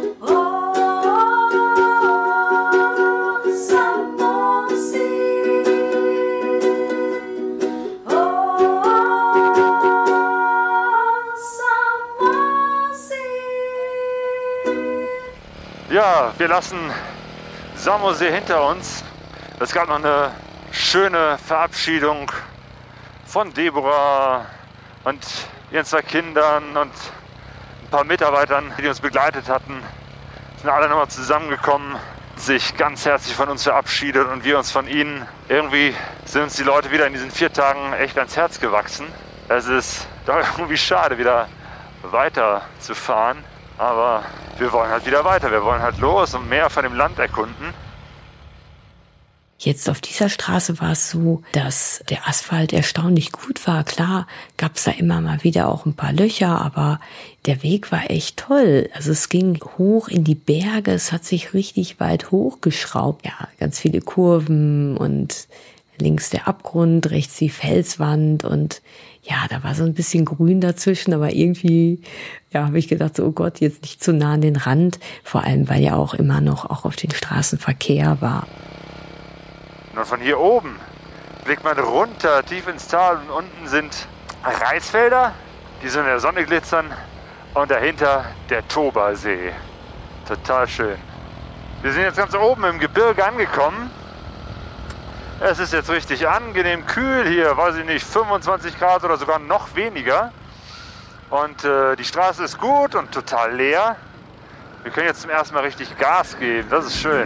Speaker 1: Ja, wir lassen Samosir hinter uns. Es gab noch eine schöne Verabschiedung von Deborah und ihren 2 Kindern und ein paar Mitarbeitern, die uns begleitet hatten. Sind alle nochmal zusammengekommen. sich ganz herzlich von uns verabschiedet und wir uns von ihnen. Irgendwie sind uns die Leute wieder in diesen 4 Tagen echt ans Herz gewachsen. Es ist doch irgendwie schade, wieder weiter zu fahren. Aber wir wollen halt wieder weiter. Wir wollen halt los und mehr von dem Land erkunden.
Speaker 3: Jetzt auf dieser Straße war es so, dass der Asphalt erstaunlich gut war. Klar gab es da immer mal wieder auch ein paar Löcher, aber der Weg war echt toll. Also es ging hoch in die Berge, es hat sich richtig weit hochgeschraubt. Ja, ganz viele Kurven und links der Abgrund, rechts die Felswand und ja, da war so ein bisschen Grün dazwischen, aber irgendwie, ja, habe ich gedacht, so, oh Gott, jetzt nicht zu nah an den Rand. Vor allem, weil ja auch immer noch auch auf den Straßen Verkehr war.
Speaker 1: Und von hier oben blickt man runter, tief ins Tal und unten sind Reisfelder, die so in der Sonne glitzern und dahinter der Toba-See. Total schön. Wir sind jetzt ganz oben im Gebirge angekommen. Es ist jetzt richtig angenehm kühl hier, weiß ich nicht, 25 Grad oder sogar noch weniger. Und die Straße ist gut und total leer. Wir können jetzt zum ersten Mal richtig Gas geben, das ist schön.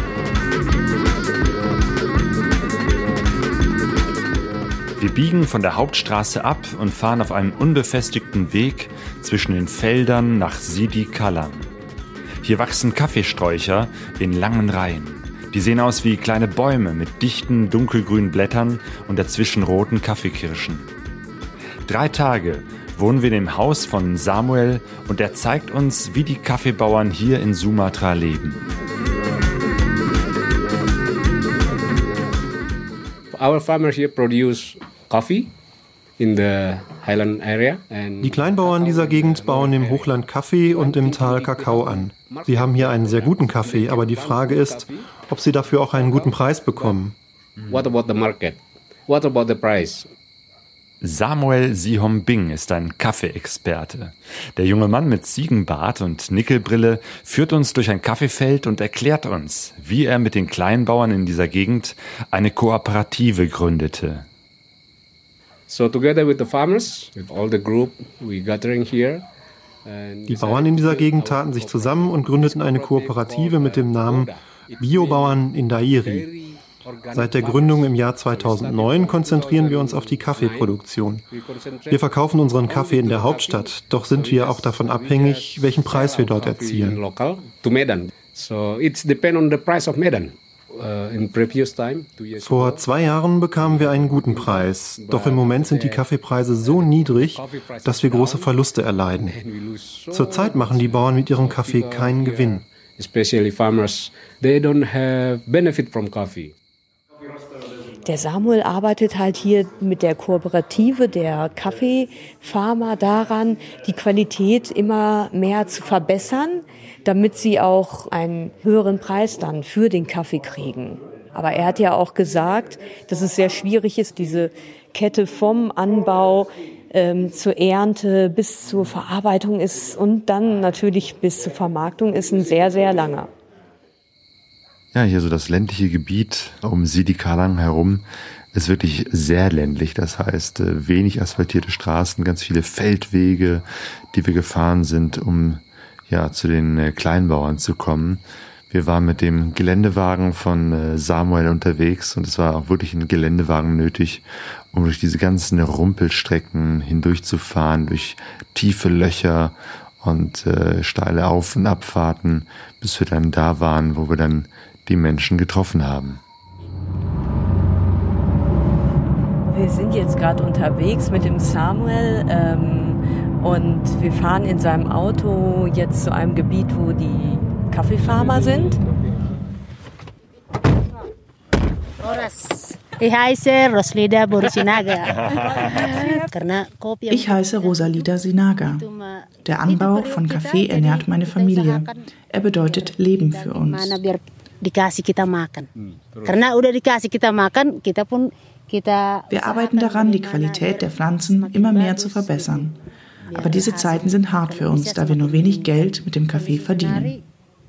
Speaker 1: Wir biegen von der Hauptstraße ab und fahren auf einem unbefestigten Weg zwischen den Feldern nach Sidi Kalam. Hier wachsen Kaffeesträucher in langen Reihen. Die sehen aus wie kleine Bäume mit dichten, dunkelgrünen Blättern und dazwischen roten Kaffeekirschen. 3 Tage wohnen wir in dem Haus von Samuel und er zeigt uns, wie die Kaffeebauern hier in Sumatra leben.
Speaker 10: Our farmers here produce coffee in the highland area.
Speaker 11: Die Kleinbauern dieser Gegend bauen im Hochland Kaffee und im Tal Kakao an. Sie haben hier einen sehr guten Kaffee, aber die Frage ist, ob sie dafür auch einen guten Preis bekommen.
Speaker 10: What about the market? What about the price?
Speaker 1: Samuel Sihombing ist ein Kaffeeexperte. Der junge Mann mit Ziegenbart und Nickelbrille führt uns durch ein Kaffeefeld und erklärt uns, wie er mit den Kleinbauern in dieser Gegend eine Kooperative gründete.
Speaker 10: So together with the farmers, with all the group we gathering here.
Speaker 11: Die Bauern in dieser Gegend taten sich zusammen und gründeten eine Kooperative mit dem Namen Biobauern in Dairi. Seit der Gründung im Jahr 2009 konzentrieren wir uns auf die Kaffeeproduktion. Wir verkaufen unseren Kaffee in der Hauptstadt, doch sind wir auch davon abhängig, welchen Preis wir dort erzielen. Vor 2 Jahren bekamen wir einen guten Preis, doch im Moment sind die Kaffeepreise so niedrig, dass wir große Verluste erleiden. Zurzeit machen die Bauern mit ihrem Kaffee keinen Gewinn.
Speaker 10: Especially farmers, they don't have benefit from coffee.
Speaker 3: Der Samuel arbeitet halt hier mit der Kooperative der Kaffeefarmer daran, die Qualität immer mehr zu verbessern, damit sie auch einen höheren Preis dann für den Kaffee kriegen. Aber er hat ja auch gesagt, dass es sehr schwierig ist, diese Kette vom Anbau zur Ernte bis zur Verarbeitung ist und dann natürlich bis zur Vermarktung ist ein sehr, sehr langer.
Speaker 1: Ja, hier so das ländliche Gebiet um Sidi Kalam herum ist wirklich sehr ländlich. Das heißt, wenig asphaltierte Straßen, ganz viele Feldwege, die wir gefahren sind, um ja zu den Kleinbauern zu kommen. Wir waren mit dem Geländewagen von Samuel unterwegs und es war auch wirklich ein Geländewagen nötig, um durch diese ganzen Rumpelstrecken hindurchzufahren, durch tiefe Löcher und steile Auf- und Abfahrten, bis wir dann da waren, wo wir dann die Menschen getroffen haben.
Speaker 3: Wir sind jetzt gerade unterwegs mit dem Samuel und wir fahren in seinem Auto jetzt zu einem Gebiet, wo die Kaffeefarmer sind.
Speaker 12: Ich heiße Rosalida Borisinaga.
Speaker 13: Ich heiße Rosalida Sinaga. Der Anbau von Kaffee ernährt meine Familie. Er bedeutet Leben für uns. Wir arbeiten daran, die Qualität der Pflanzen immer mehr zu verbessern. Aber diese Zeiten sind hart für uns, da wir nur wenig Geld mit dem Kaffee verdienen.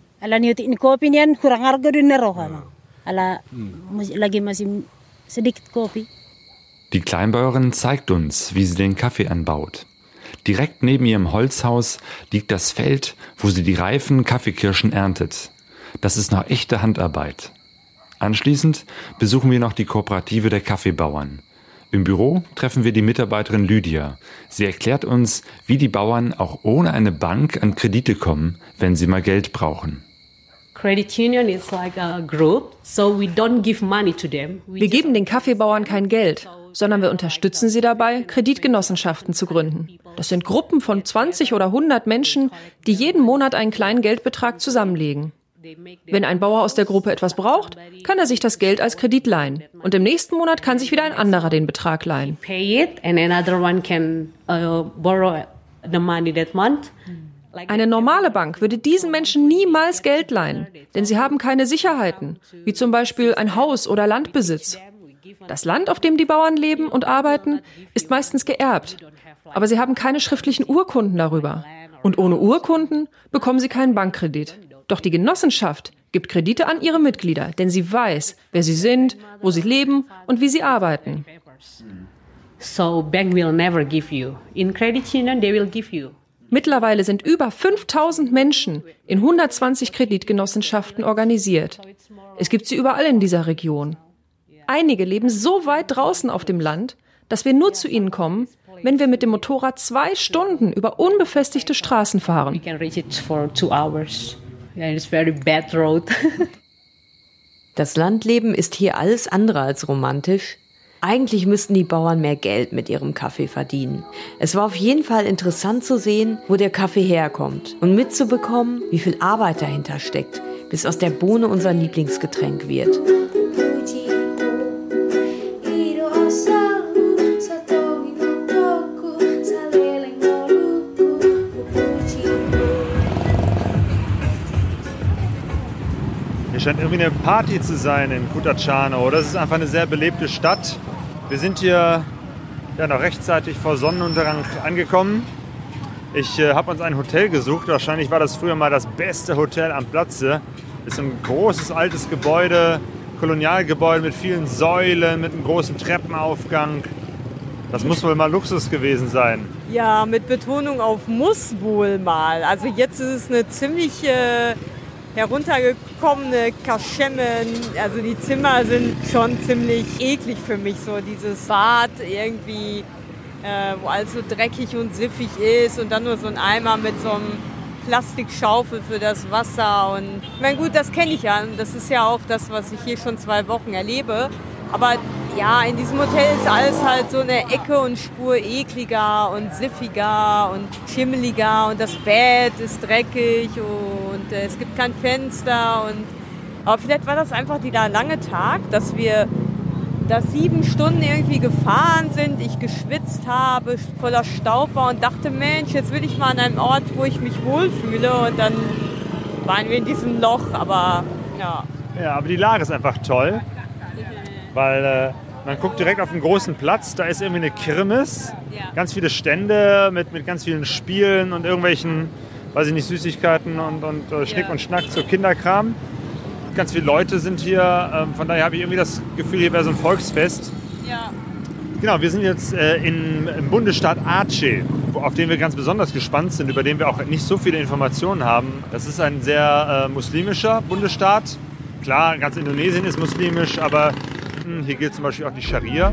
Speaker 1: Die Kleinbäuerin zeigt uns, wie sie den Kaffee anbaut. Direkt neben ihrem Holzhaus liegt das Feld, wo sie die reifen Kaffeekirschen erntet. Das ist noch echte Handarbeit. Anschließend besuchen wir noch die Kooperative der Kaffeebauern. Im Büro treffen wir die Mitarbeiterin Lydia. Sie erklärt uns, wie die Bauern auch ohne eine Bank an Kredite kommen, wenn sie mal Geld brauchen.
Speaker 14: Wir geben den Kaffeebauern kein Geld, sondern wir unterstützen sie dabei, Kreditgenossenschaften zu gründen. Das sind Gruppen von 20 oder 100 Menschen, die jeden Monat einen kleinen Geldbetrag zusammenlegen. Wenn ein Bauer aus der Gruppe etwas braucht, kann er sich das Geld als Kredit leihen. Und im nächsten Monat kann sich wieder ein anderer den Betrag leihen. Eine normale Bank würde diesen Menschen niemals Geld leihen, denn sie haben keine Sicherheiten, wie zum Beispiel ein Haus oder Landbesitz. Das Land, auf dem die Bauern leben und arbeiten, ist meistens geerbt, aber sie haben keine schriftlichen Urkunden darüber. Und ohne Urkunden bekommen sie keinen Bankkredit. Doch die Genossenschaft gibt Kredite an ihre Mitglieder, denn sie weiß, wer sie sind, wo sie leben und wie sie arbeiten. Mittlerweile sind über 5000 Menschen in 120 Kreditgenossenschaften organisiert. Es gibt sie überall in dieser Region. Einige leben so weit draußen auf dem Land, dass wir nur zu ihnen kommen, wenn wir mit dem Motorrad 2 Stunden über unbefestigte Straßen fahren.
Speaker 3: Das Landleben ist hier alles andere als romantisch. Eigentlich müssten die Bauern mehr Geld mit ihrem Kaffee verdienen. Es war auf jeden Fall interessant zu sehen, wo der Kaffee herkommt und mitzubekommen, wie viel Arbeit dahinter steckt, bis aus der Bohne unser Lieblingsgetränk wird.
Speaker 4: Hier scheint irgendwie eine Party zu sein in Cutacciano. Das ist einfach eine sehr belebte Stadt. Wir sind hier noch rechtzeitig vor Sonnenuntergang angekommen. Ich habe uns ein Hotel gesucht. Wahrscheinlich war das früher mal das beste Hotel am Platze. Das ist ein großes, altes Gebäude, Kolonialgebäude mit vielen Säulen, mit einem großen Treppenaufgang. Das muss wohl mal Luxus gewesen sein.
Speaker 15: Ja, mit Betonung auf muss wohl mal. Also jetzt ist es eine ziemlich heruntergekommene Kaschemme. Also die Zimmer sind schon ziemlich eklig für mich. So dieses Bad irgendwie, wo alles so dreckig und siffig ist und dann nur so ein Eimer mit so einem Plastikschaufel für das Wasser. Und ich meine, gut, das kenne ich ja. Und das ist ja auch das, was ich hier schon 2 Wochen erlebe. Aber ja, in diesem Hotel ist alles halt so eine Ecke und Spur ekliger und siffiger und schimmeliger und das Bett ist dreckig und es gibt kein Fenster. Aber vielleicht war das einfach dieser lange Tag, dass wir da 7 Stunden irgendwie gefahren sind, ich geschwitzt habe, voller Staub war und dachte, Mensch, jetzt will ich mal an einem Ort, wo ich mich wohlfühle, und dann waren wir in diesem Loch, aber ja.
Speaker 4: Ja, aber die Lage ist einfach toll. Weil man guckt direkt auf einen großen Platz, da ist irgendwie eine Kirmes, ganz viele Stände mit ganz vielen Spielen und irgendwelchen, weiß ich nicht, Süßigkeiten und Schnick und Schnack, so Kinderkram. Ganz viele Leute sind hier, von daher habe ich irgendwie das Gefühl, hier wäre so ein Volksfest.
Speaker 15: Ja.
Speaker 4: Genau, wir sind jetzt im Bundesstaat Aceh, auf den wir ganz besonders gespannt sind, über den wir auch nicht so viele Informationen haben. Das ist ein sehr muslimischer Bundesstaat. Klar, ganz Indonesien ist muslimisch, aber hier gilt zum Beispiel auch die Scharia.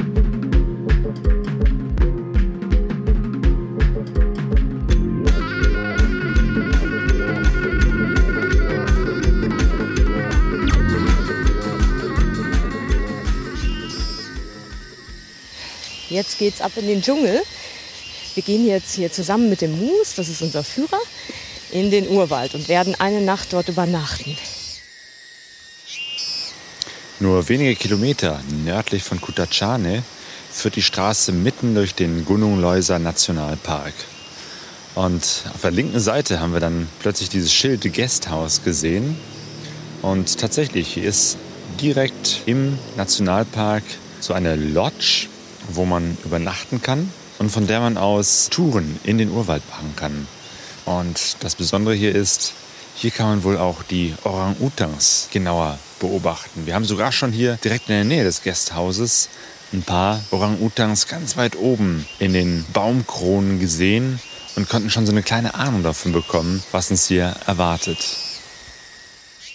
Speaker 3: Jetzt geht's ab in den Dschungel. Wir gehen jetzt hier zusammen mit dem Mus, das ist unser Führer, in den Urwald und werden eine Nacht dort übernachten.
Speaker 1: Nur wenige Kilometer nördlich von Cutacciano führt die Straße mitten durch den Gunung Leuser Nationalpark. Und auf der linken Seite haben wir dann plötzlich dieses Schild Guesthouse gesehen. Und tatsächlich, hier ist direkt im Nationalpark so eine Lodge, wo man übernachten kann und von der man aus Touren in den Urwald machen kann. Und das Besondere hier ist, hier kann man wohl auch die Orang-Utans genauer beobachten. Wir haben sogar schon hier direkt in der Nähe des Guesthauses ein paar Orang-Utans ganz weit oben in den Baumkronen gesehen und konnten schon so eine kleine Ahnung davon bekommen, was uns hier erwartet.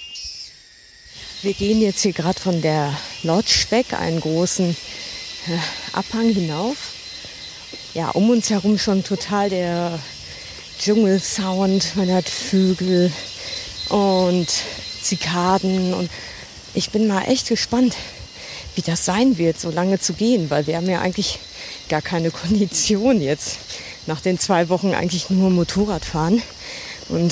Speaker 3: Wir gehen jetzt hier gerade von der Lodge weg, einen großen Abhang hinauf. Ja, um uns herum schon total der Dschungelsound. Man hat Vögel und Zikaden. Und ich bin mal echt gespannt, wie das sein wird, so lange zu gehen. Weil wir haben ja eigentlich gar keine Kondition jetzt. Nach den 2 Wochen eigentlich nur Motorrad fahren. Und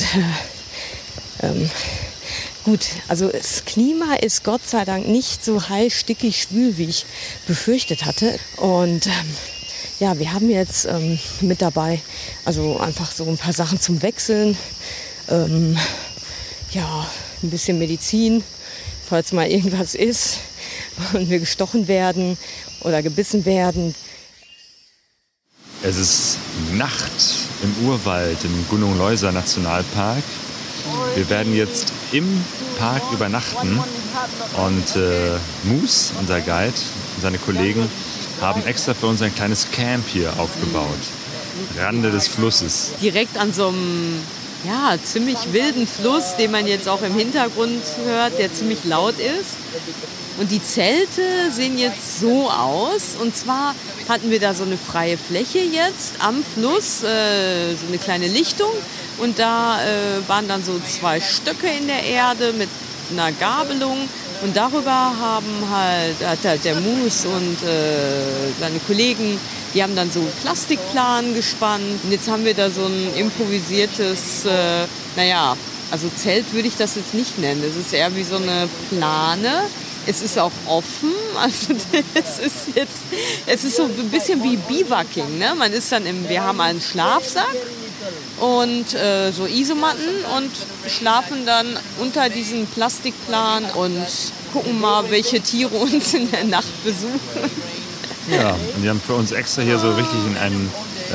Speaker 3: gut, also das Klima ist Gott sei Dank nicht so heiß, stickig, schwül, wie ich befürchtet hatte. Und ja, wir haben jetzt mit dabei, also einfach so ein paar Sachen zum Wechseln. Ja, ein bisschen Medizin, falls mal irgendwas ist und wir gestochen werden oder gebissen werden.
Speaker 1: Es ist Nacht im Urwald im Gunung-Leuser Nationalpark. Wir werden jetzt im Park übernachten und Moose, unser Guide, und seine Kollegen haben extra für uns ein kleines Camp hier aufgebaut. Rande des Flusses.
Speaker 3: Direkt an so einem ziemlich wilden Fluss, den man jetzt auch im Hintergrund hört, der ziemlich laut ist. Und die Zelte sehen jetzt so aus. Und zwar hatten wir da so eine freie Fläche jetzt am Fluss, so eine kleine Lichtung. Und da waren dann so 2 Stöcke in der Erde mit einer Gabelung. Und darüber hat halt der Moose und seine Kollegen, die haben dann so Plastikplanen gespannt. Und jetzt haben wir da so ein improvisiertes, also Zelt würde ich das jetzt nicht nennen. Es ist eher wie so eine Plane. Es ist auch offen, also es ist so ein bisschen wie Biwakking, ne? Man ist dann wir haben einen Schlafsack und so Isomatten und schlafen dann unter diesen Plastikplan und gucken mal, welche Tiere uns in der Nacht besuchen.
Speaker 1: Ja, und die haben für uns extra hier so richtig in ein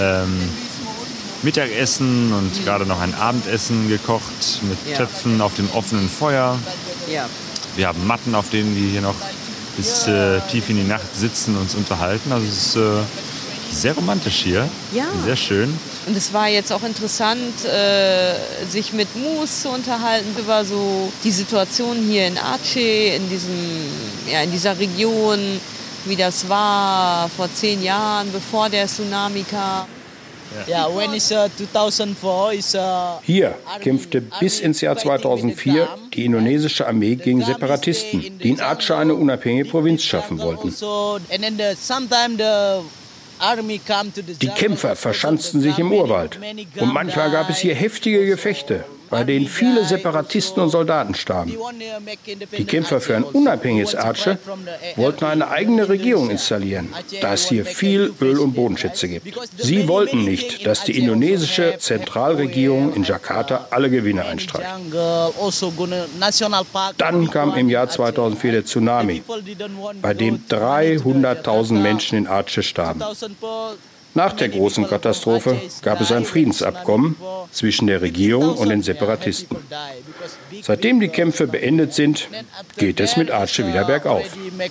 Speaker 1: Mittagessen und gerade noch ein Abendessen gekocht mit Töpfen auf dem offenen Feuer.
Speaker 3: Ja.
Speaker 1: Wir haben Matten, auf denen wir hier noch bis tief in die Nacht sitzen und uns unterhalten. Also es ist sehr romantisch hier, sehr schön.
Speaker 3: Und es war jetzt auch interessant, sich mit Moose zu unterhalten über so die Situation hier in Aceh, in dieser Region, wie das war vor 10 Jahren, bevor der Tsunami kam.
Speaker 16: Hier kämpfte bis ins Jahr 2004 die indonesische Armee gegen Separatisten, die in Aceh eine unabhängige Provinz schaffen wollten. Die Kämpfer verschanzten sich im Urwald und manchmal gab es hier heftige Gefechte, bei denen viele Separatisten und Soldaten starben. Die Kämpfer für ein unabhängiges Aceh wollten eine eigene Regierung installieren, da es hier viel Öl- und Bodenschätze gibt. Sie wollten nicht, dass die indonesische Zentralregierung in Jakarta alle Gewinne einstreicht. Dann kam im Jahr 2004 der Tsunami, bei dem 300.000 Menschen in Aceh starben. Nach der großen Katastrophe gab es ein Friedensabkommen zwischen der Regierung und den Separatisten. Seitdem die Kämpfe beendet sind, geht es mit Aceh wieder bergauf.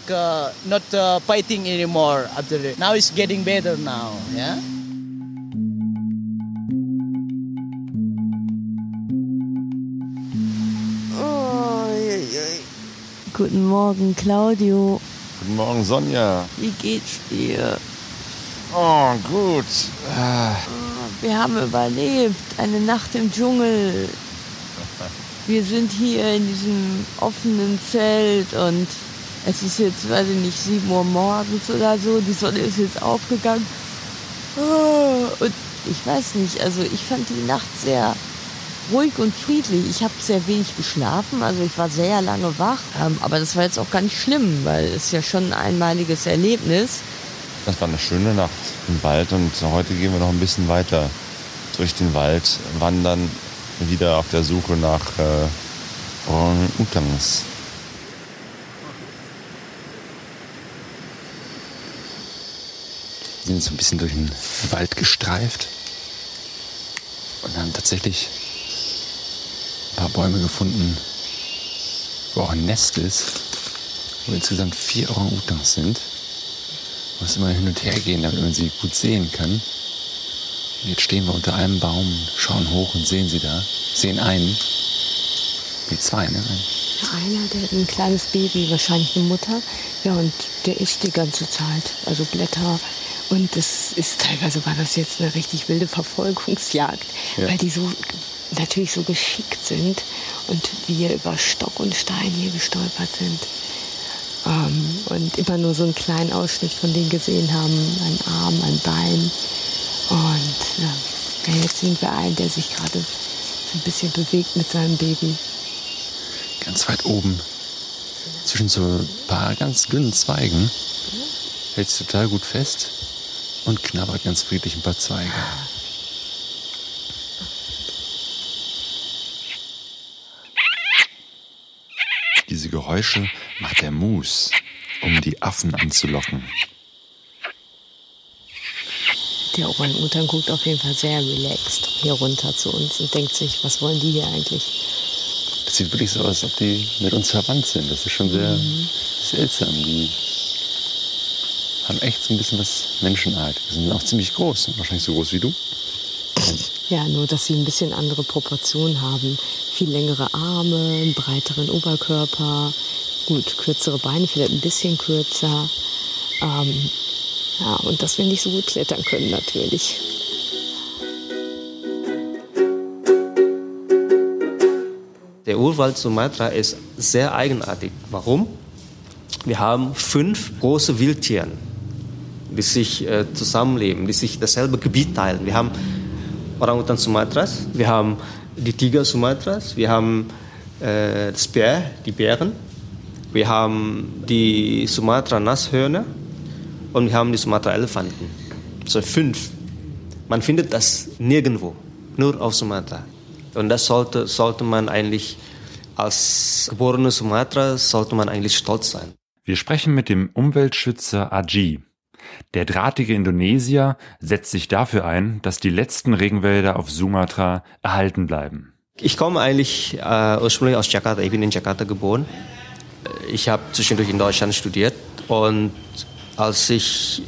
Speaker 3: Guten Morgen, Claudio.
Speaker 1: Guten Morgen, Sonja.
Speaker 3: Wie geht's dir?
Speaker 1: Oh, gut.
Speaker 3: Wir haben überlebt. Eine Nacht im Dschungel. Wir sind hier in diesem offenen Zelt und es ist jetzt, weiß ich nicht, 7 Uhr morgens oder so. Die Sonne ist jetzt aufgegangen. Und ich weiß nicht, also ich fand die Nacht sehr ruhig und friedlich. Ich habe sehr wenig geschlafen, also ich war sehr lange wach. Aber das war jetzt auch gar nicht schlimm, weil es ja schon ein einmaliges Erlebnis.
Speaker 1: Das war eine schöne Nacht im Wald und heute gehen wir noch ein bisschen weiter durch den Wald, wandern wieder auf der Suche nach Orang-Utans. Wir sind so ein bisschen durch den Wald gestreift und haben tatsächlich ein paar Bäume gefunden, wo auch ein Nest ist, wo insgesamt 4 Orang-Utans sind. Man muss immer hin und her gehen, damit man sie gut sehen kann. Und jetzt stehen wir unter einem Baum, schauen hoch und sehen sie da. Sehen einen. Nee, 2, ne?
Speaker 3: Einer, der hat ein kleines Baby, wahrscheinlich eine Mutter. Ja, und der isst die ganze Zeit, also Blätter. Und das ist teilweise, war das jetzt eine richtig wilde Verfolgungsjagd, weil die so natürlich so geschickt sind und wir über Stock und Stein hier gestolpert sind. Und immer nur so einen kleinen Ausschnitt von denen gesehen haben, einen Arm, ein Bein. Und jetzt sehen wir einen, der sich gerade so ein bisschen bewegt mit seinem Baby.
Speaker 17: Ganz weit oben, zwischen so ein paar ganz dünnen Zweigen, hält sich total gut fest und knabbert ganz friedlich ein paar Zweige.
Speaker 1: Diese Geräusche macht der Mus, um die Affen anzulocken.
Speaker 3: Der Orang-Utan guckt auf jeden Fall sehr relaxed hier runter zu uns und denkt sich, was wollen die hier eigentlich?
Speaker 17: Das sieht wirklich so aus, als ob die mit uns verwandt sind. Das ist schon sehr seltsam. Die haben echt so ein bisschen was Menschenart. Die sind auch ziemlich groß, wahrscheinlich so groß wie du.
Speaker 3: Ja, nur dass sie ein bisschen andere Proportionen haben. Viel längere Arme, einen breiteren Oberkörper, gut, kürzere Beine, vielleicht ein bisschen kürzer. Und dass wir nicht so gut klettern können natürlich.
Speaker 18: Der Urwald Sumatra ist sehr eigenartig. Warum? Wir haben 5 große Wildtiere, die sich zusammenleben, die sich dasselbe Gebiet teilen. Wir haben Orang-Utan Sumatras, wir haben die Tiger Sumatras, wir haben die Bären, wir haben die Sumatra-Nashörner und wir haben die Sumatra-Elefanten. So 5. Man findet das nirgendwo, nur auf Sumatra. Und das sollte man eigentlich, als geborener Sumatra, sollte man eigentlich stolz sein.
Speaker 1: Wir sprechen mit dem Umweltschützer Aji. Der drahtige Indonesier setzt sich dafür ein, dass die letzten Regenwälder auf Sumatra erhalten bleiben.
Speaker 18: Ich komme eigentlich ursprünglich aus Jakarta. Ich bin in Jakarta geboren. Ich habe zwischendurch in Deutschland studiert. Und als ich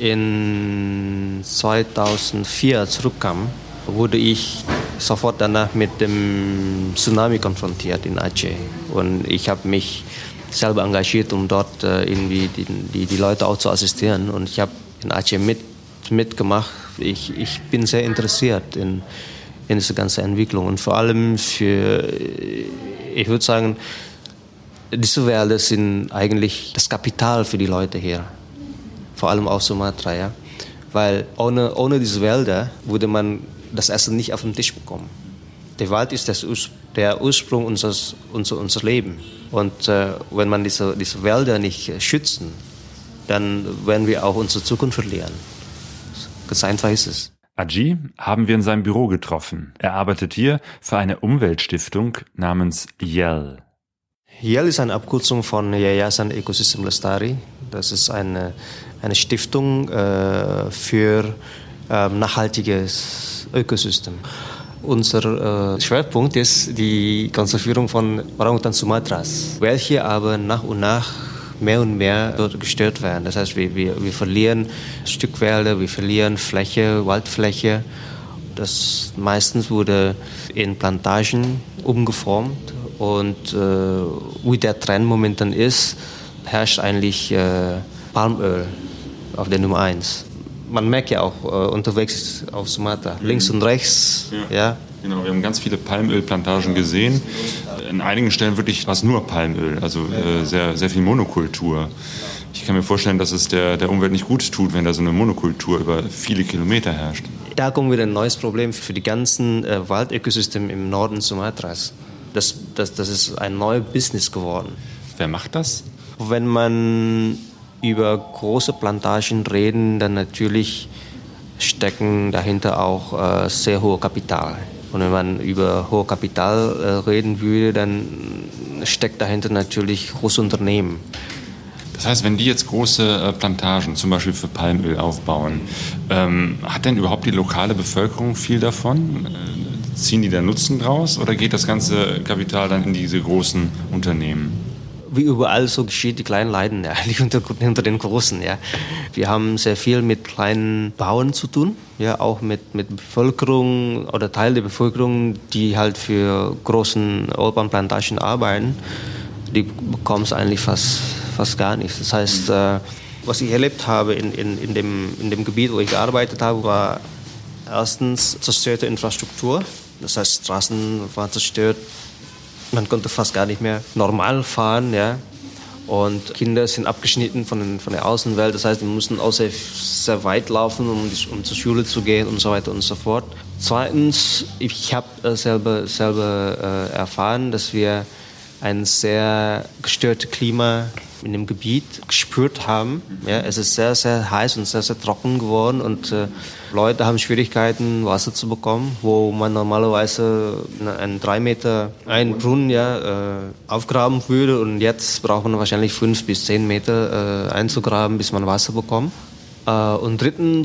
Speaker 18: in 2004 zurückkam, wurde ich sofort danach mit dem Tsunami konfrontiert in Aceh. Und ich habe mich selber engagiert, um dort irgendwie die Leute auch zu assistieren. Und ich habe in Aceh mitgemacht. Ich bin sehr interessiert in diese ganze Entwicklung. Und vor allem ich würde sagen, diese Wälder sind eigentlich das Kapital für die Leute hier. Vor allem auf Sumatra, ja. Weil ohne diese Wälder würde man das Essen nicht auf den Tisch bekommen. Der Wald ist der Ursprung unseres Lebens. Und wenn man diese Wälder nicht schützen, dann werden wir auch unsere Zukunft verlieren. Ganz einfach ist es.
Speaker 1: Aji haben wir in seinem Büro getroffen. Er arbeitet hier für eine Umweltstiftung namens YEL.
Speaker 18: YEL ist eine Abkürzung von Yayasan Ekosystem Lestari. Das ist eine Stiftung für nachhaltiges Ökosystem. Unser Schwerpunkt ist die Konservierung von Orang-Utan Sumatras, welche aber nach und nach mehr und mehr dort gestört werden. Das heißt, wir verlieren Stückwälder, wir verlieren Waldfläche. Das meistens wurde in Plantagen umgeformt. Und wie der Trend momentan ist, herrscht eigentlich Palmöl auf der Nummer 1. Man merkt ja auch unterwegs auf Sumatra, links und rechts. Ja.
Speaker 1: Genau, wir haben ganz viele Palmölplantagen gesehen. In einigen Stellen wirklich war es nur Palmöl, also sehr, sehr viel Monokultur. Ich kann mir vorstellen, dass es der Umwelt nicht gut tut, wenn da so eine Monokultur über viele Kilometer herrscht.
Speaker 18: Da kommen wieder ein neues Problem für die ganzen Waldökosysteme im Norden Sumatras. Das ist ein neues Business geworden.
Speaker 1: Wer macht das?
Speaker 18: Wenn man über große Plantagen reden, dann natürlich stecken dahinter auch sehr hohe Kapital. Und wenn man über hohe Kapital reden würde, dann steckt dahinter natürlich große Unternehmen.
Speaker 1: Das heißt, wenn die jetzt große Plantagen, zum Beispiel für Palmöl, aufbauen, hat denn überhaupt die lokale Bevölkerung viel davon? Ziehen die da Nutzen draus oder geht das ganze Kapital dann in diese großen Unternehmen?
Speaker 18: Wie überall so geschieht, die Kleinen leiden ja, eigentlich unter den Großen. Ja. Wir haben sehr viel mit kleinen Bauern zu tun, ja, auch mit Bevölkerung oder Teil der Bevölkerung, die halt für großen Ölbahnplantagen arbeiten. die bekommst du eigentlich fast gar nicht. Das heißt, was ich erlebt habe in dem Gebiet, wo ich gearbeitet habe, war erstens zerstörte Infrastruktur. Das heißt, Straßen waren zerstört. Man konnte fast gar nicht mehr normal fahren, ja. Und Kinder sind abgeschnitten von der Außenwelt. Das heißt, die mussten auch sehr weit laufen, um zur Schule zu gehen und so weiter und so fort. Zweitens, ich habe selber erfahren, dass wir ein sehr gestörtes Klima in dem Gebiet gespürt haben. Ja, es ist sehr, sehr heiß und sehr, sehr trocken geworden und Leute haben Schwierigkeiten, Wasser zu bekommen, wo man normalerweise einen 3 Meter einen Brunnen aufgraben würde und jetzt braucht man wahrscheinlich 5 bis 10 Meter einzugraben, bis man Wasser bekommt. Und drittens,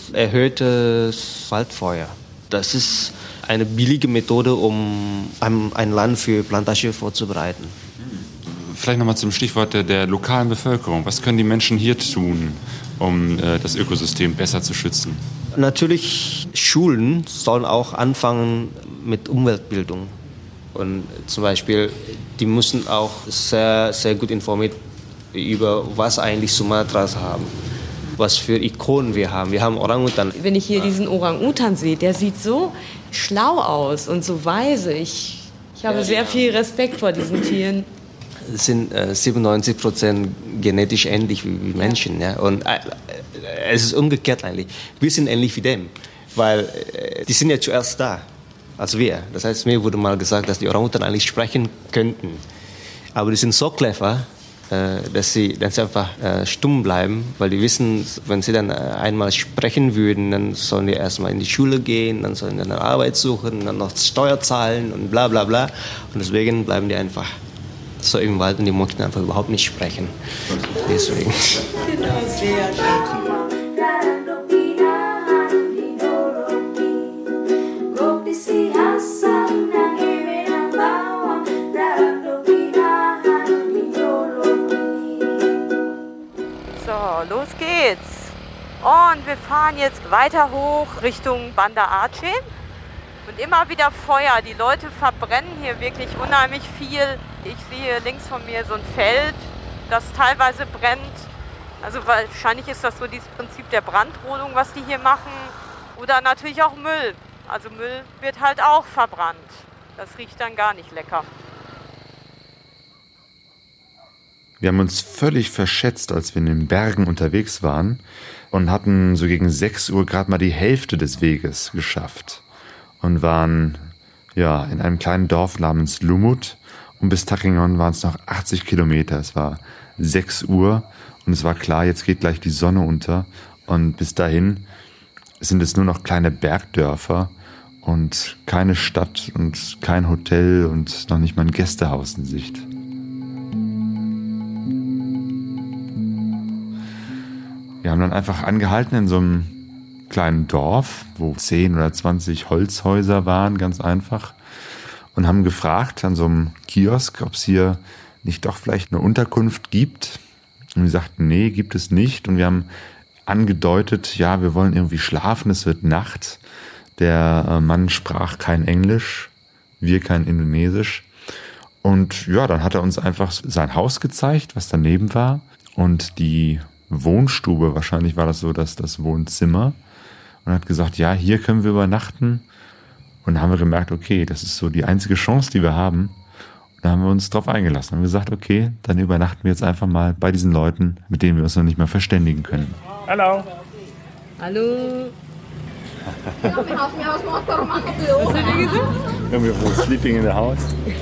Speaker 18: erhöhtes Waldfeuer. Das ist eine billige Methode, um ein Land für Plantage vorzubereiten.
Speaker 17: Vielleicht nochmal zum Stichwort der lokalen Bevölkerung. Was können die Menschen hier tun, um das Ökosystem besser zu schützen?
Speaker 18: Natürlich, Schulen sollen auch anfangen mit Umweltbildung. Und zum Beispiel, die müssen auch sehr, sehr gut informiert über, was eigentlich Sumatras haben. Was für Ikonen wir haben. Wir haben Orang-Utan.
Speaker 3: Wenn ich hier diesen Orang-Utan sehe, der sieht so schlau aus und so weise. Ich habe sehr viel Respekt vor diesen Tieren.
Speaker 18: Es sind 97% genetisch ähnlich wie Menschen. Ja? Und es ist umgekehrt eigentlich. Wir sind ähnlich wie dem, weil die sind ja zuerst da als wir. Das heißt, mir wurde mal gesagt, dass die Orang-Utan eigentlich sprechen könnten. Aber die sind so clever, dass sie einfach stumm bleiben, weil die wissen, wenn sie dann einmal sprechen würden, dann sollen die erstmal in die Schule gehen, dann sollen die eine Arbeit suchen, dann noch Steuer zahlen und bla bla bla. Und deswegen bleiben die einfach so im Wald und die möchten einfach überhaupt nicht sprechen. Deswegen.
Speaker 19: Sehr schön.
Speaker 15: Los geht's. Und wir fahren jetzt weiter hoch Richtung Banda Aceh. Und immer wieder Feuer. Die Leute verbrennen hier wirklich unheimlich viel. Ich sehe links von mir so ein Feld, das teilweise brennt. Also wahrscheinlich ist das so dieses Prinzip der Brandrodung, was die hier machen. Oder natürlich auch Müll. Also Müll wird halt auch verbrannt. Das riecht dann gar nicht lecker.
Speaker 1: Wir haben uns völlig verschätzt, als wir in den Bergen unterwegs waren und hatten so gegen 6 Uhr gerade mal die Hälfte des Weges geschafft und waren in einem kleinen Dorf namens Lumut und bis Takingon waren es noch 80 Kilometer. Es war 6 Uhr und es war klar, jetzt geht gleich die Sonne unter und bis dahin sind es nur noch kleine Bergdörfer und keine Stadt und kein Hotel und noch nicht mal ein Gästehaus in Sicht. Wir haben dann einfach angehalten in so einem kleinen Dorf, wo 10 oder 20 Holzhäuser waren, ganz einfach. Und haben gefragt an so einem Kiosk, ob es hier nicht doch vielleicht eine Unterkunft gibt. Und die sagten, nee, gibt es nicht. Und wir haben angedeutet, ja, wir wollen irgendwie schlafen, es wird Nacht. Der Mann sprach kein Englisch, wir kein Indonesisch. Und ja, dann hat er uns einfach sein Haus gezeigt, was daneben war. Und die Wohnstube, wahrscheinlich war das so, dass das Wohnzimmer, und hat gesagt, ja, hier können wir übernachten. Und dann haben wir gemerkt, okay, das ist so die einzige Chance, die wir haben. Und da haben wir uns drauf eingelassen und gesagt, okay, dann übernachten wir jetzt einfach mal bei diesen Leuten, mit denen wir uns noch nicht mehr verständigen können.
Speaker 4: Hallo.
Speaker 3: Hallo.
Speaker 1: Was hat ihr gesagt? Wir sleeping in the house.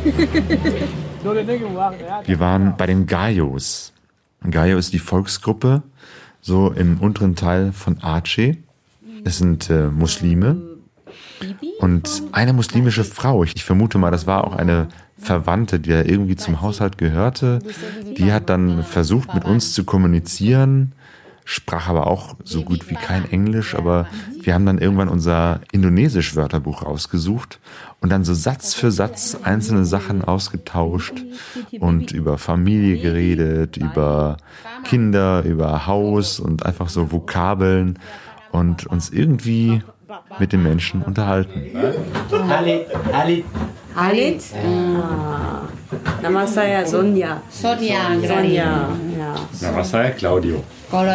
Speaker 1: Wir waren bei den Gayos. Gayo ist die Volksgruppe, so im unteren Teil von Aceh. Es sind Muslime und eine muslimische Frau, ich vermute mal, das war auch eine Verwandte, die ja irgendwie zum Haushalt gehörte, die hat dann versucht, mit uns zu kommunizieren, sprach aber auch so gut wie kein Englisch, aber wir haben dann irgendwann unser Indonesisch-Wörterbuch rausgesucht und dann so Satz für Satz einzelne Sachen ausgetauscht und über Familie geredet, über Kinder, über Haus und einfach so Vokabeln und uns irgendwie mit den Menschen unterhalten.
Speaker 19: Halit.
Speaker 3: Halit? Nama saya Sonja.
Speaker 20: Sonja.
Speaker 3: Sonja, ja.
Speaker 4: Nama saya Claudio.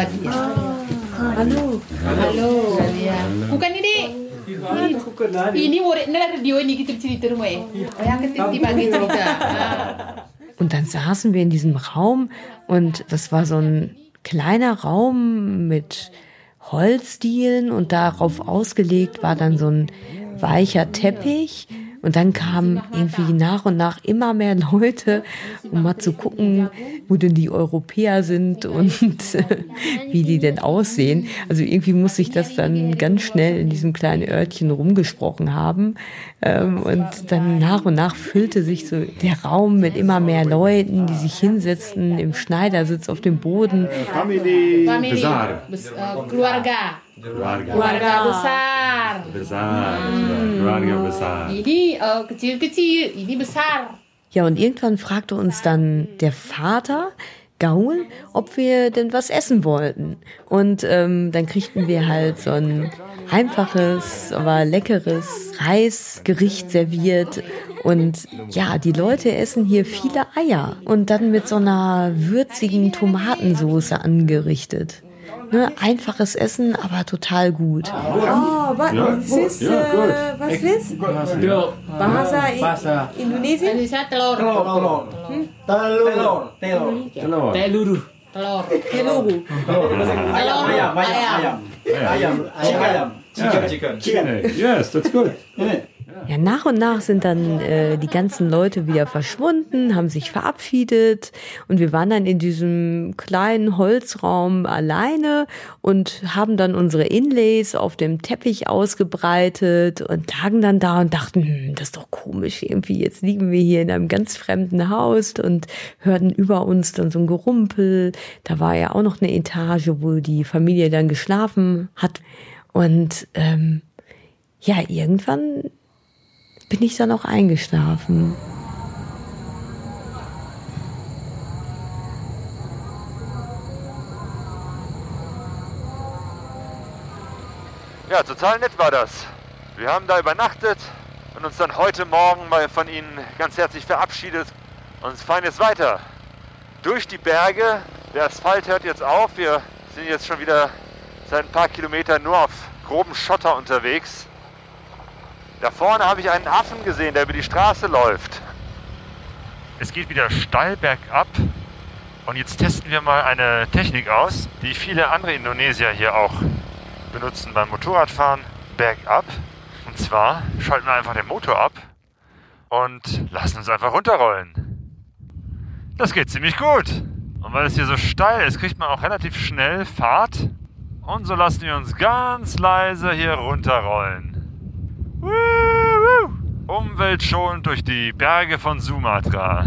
Speaker 3: Halo.
Speaker 20: Halo. Bukan ini muridnya radio ini kita cerita rumah die bagi cerita.
Speaker 3: Und dann saßen wir in diesem Raum und das war so ein kleiner Raum mit Holzdielen und darauf ausgelegt war dann so ein weicher Teppich. Und dann kamen irgendwie nach und nach immer mehr Leute, um mal zu gucken, wo denn die Europäer sind und wie die denn aussehen. Also irgendwie muss sich das dann ganz schnell in diesem kleinen Örtchen rumgesprochen haben. Und dann nach und nach füllte sich so der Raum mit immer mehr Leuten, die sich hinsetzten im Schneidersitz auf dem Boden.
Speaker 20: Keluarga
Speaker 4: Besar. Keluarga besar.
Speaker 20: Ini kecil-kecil, ini besar.
Speaker 3: Ja, und irgendwann fragte uns dann der Vater, Gaul, ob wir denn was essen wollten. Und dann kriegten wir halt so ein einfaches, aber leckeres Reisgericht serviert. Und ja, die Leute essen hier viele Eier und dann mit so einer würzigen Tomatensauce angerichtet. Ne, einfaches Essen, aber total gut. Oh, was ist Bahasa Indonesien?
Speaker 20: Telur.
Speaker 4: Chicken. Yes, that's good.
Speaker 3: Ja, nach und nach sind dann die ganzen Leute wieder verschwunden, haben sich verabschiedet und wir waren dann in diesem kleinen Holzraum alleine und haben dann unsere Inlays auf dem Teppich ausgebreitet und lagen dann da und dachten, das ist doch komisch, irgendwie jetzt liegen wir hier in einem ganz fremden Haus und hörten über uns dann so ein Gerumpel. Da war ja auch noch eine Etage, wo die Familie dann geschlafen hat und ja, irgendwann bin ich dann auch eingeschlafen.
Speaker 1: Ja, total nett war das. Wir haben da übernachtet und uns dann heute Morgen mal von Ihnen ganz herzlich verabschiedet und fahren jetzt weiter. Durch die Berge, der Asphalt hört jetzt auf, wir sind jetzt schon wieder seit ein paar Kilometern nur auf grobem Schotter unterwegs. Da vorne habe ich einen Affen gesehen, der über die Straße läuft. Es geht wieder steil bergab und jetzt testen wir mal eine Technik aus, die viele andere Indonesier hier auch benutzen beim Motorradfahren bergab. Und zwar schalten wir einfach den Motor ab und lassen uns einfach runterrollen. Das geht ziemlich gut. Und weil es hier so steil ist, kriegt man auch relativ schnell Fahrt. Und so lassen wir uns ganz leise hier runterrollen. Umweltschonend durch die Berge von Sumatra.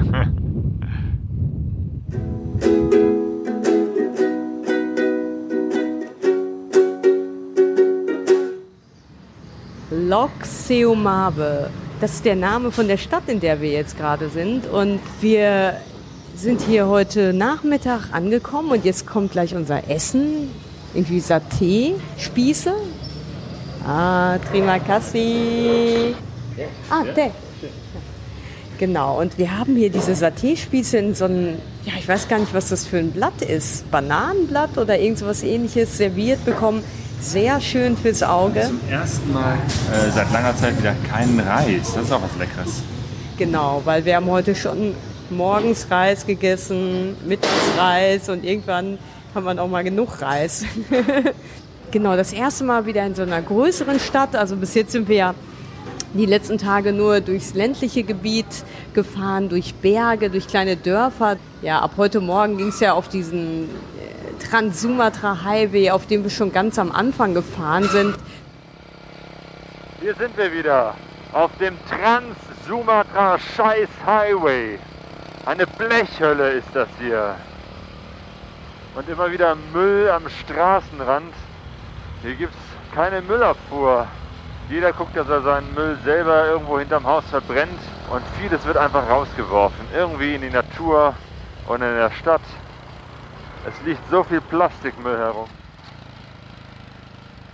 Speaker 3: Lok Seomabe. Das ist der Name von der Stadt, in der wir jetzt gerade sind. Und wir sind hier heute Nachmittag angekommen und jetzt kommt gleich unser Essen. Irgendwie Saté-Spieße. Terima kasih. Der. Genau, und wir haben hier diese Saté-Spieße in so einem, ja, ich weiß gar nicht, was das für ein Blatt ist. Bananenblatt oder irgend sowas Ähnliches serviert bekommen. Sehr schön fürs Auge.
Speaker 4: Zum ersten Mal seit langer Zeit wieder keinen Reis. Das ist auch was Leckeres.
Speaker 3: Genau, weil wir haben heute schon morgens Reis gegessen, mittags Reis und irgendwann haben wir auch mal genug Reis. Genau, das erste Mal wieder in so einer größeren Stadt. Also bis jetzt sind wir ja die letzten Tage nur durchs ländliche Gebiet gefahren, durch Berge, durch kleine Dörfer. Ja, ab heute Morgen ging es ja auf diesen Trans-Sumatra-Highway, auf dem wir schon ganz am Anfang gefahren sind.
Speaker 1: Hier sind wir wieder auf dem Trans-Sumatra-Scheiß-Highway. Eine Blechhölle ist das hier. Und immer wieder Müll am Straßenrand. Hier gibt es keine Müllabfuhr. Jeder guckt, dass er seinen Müll selber irgendwo hinterm Haus verbrennt. Und vieles wird einfach rausgeworfen. Irgendwie in die Natur und in der Stadt. Es liegt so viel Plastikmüll herum.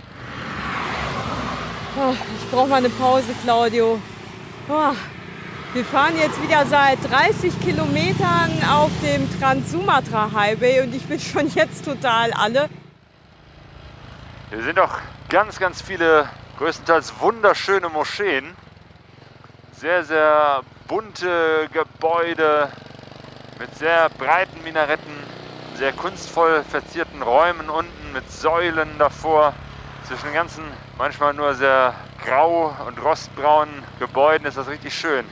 Speaker 3: Oh, ich brauche mal eine Pause, Claudio. Oh,
Speaker 15: Wir fahren jetzt wieder seit 30 Kilometern auf dem Trans-Sumatra-Highway und ich bin schon jetzt total alle.
Speaker 1: Hier sind doch ganz, ganz viele, größtenteils wunderschöne Moscheen. Sehr, sehr bunte Gebäude mit sehr breiten Minaretten, sehr kunstvoll verzierten Räumen unten mit Säulen davor. Zwischen den ganzen, manchmal nur sehr grau und rostbraunen Gebäuden ist das richtig schön.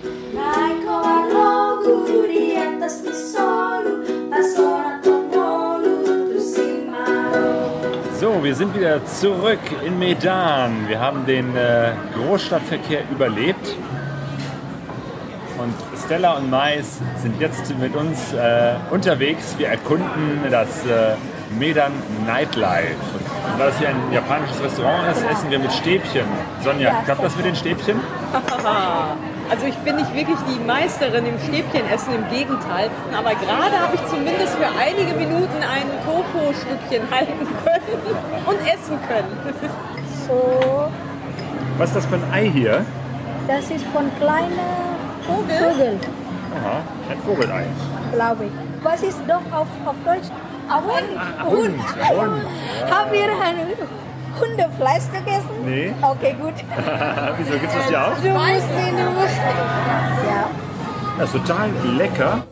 Speaker 1: So, wir sind wieder zurück in Medan. Wir haben den Großstadtverkehr überlebt. Und Stella und Mais sind jetzt mit uns unterwegs. Wir erkunden das Medan Nightlife. Und weil das hier ein japanisches Restaurant ist, essen wir mit Stäbchen. Sonja, klappt das mit den Stäbchen?
Speaker 15: Also ich bin nicht wirklich die Meisterin im Stäbchenessen, im Gegenteil. Aber gerade habe ich zumindest für einige Minuten ein Tofu-Stückchen halten können und essen können.
Speaker 6: So.
Speaker 1: Was ist das für ein Ei hier?
Speaker 6: Das ist von kleinen Vogel.
Speaker 1: Aha, ein Vogelei.
Speaker 6: Glaube ich. Was ist doch auf Deutsch? Hund. Haben wir Hundefleisch gegessen?
Speaker 1: Nee.
Speaker 6: Okay, gut.
Speaker 1: Wieso, gibt's das hier auch?
Speaker 6: Du musst. Ja.
Speaker 1: Das ist total lecker.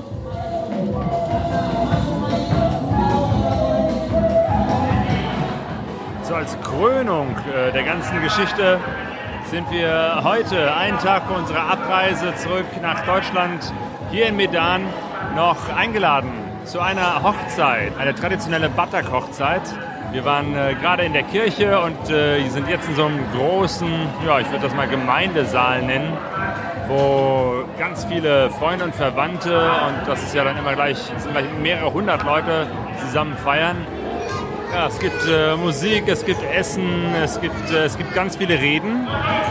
Speaker 1: So als Krönung der ganzen Geschichte sind wir heute, einen Tag vor unserer Abreise zurück nach Deutschland, hier in Medan noch eingeladen zu einer Hochzeit, eine traditionelle Batak-Hochzeit. Wir waren gerade in der Kirche und sind jetzt in so einem großen, ja, ich würde das mal Gemeindesaal nennen, wo ganz viele Freunde und Verwandte, und das ist ja dann immer gleich, sind gleich mehrere hundert Leute zusammen feiern. Ja, es gibt Musik, es gibt Essen, es gibt ganz viele Reden.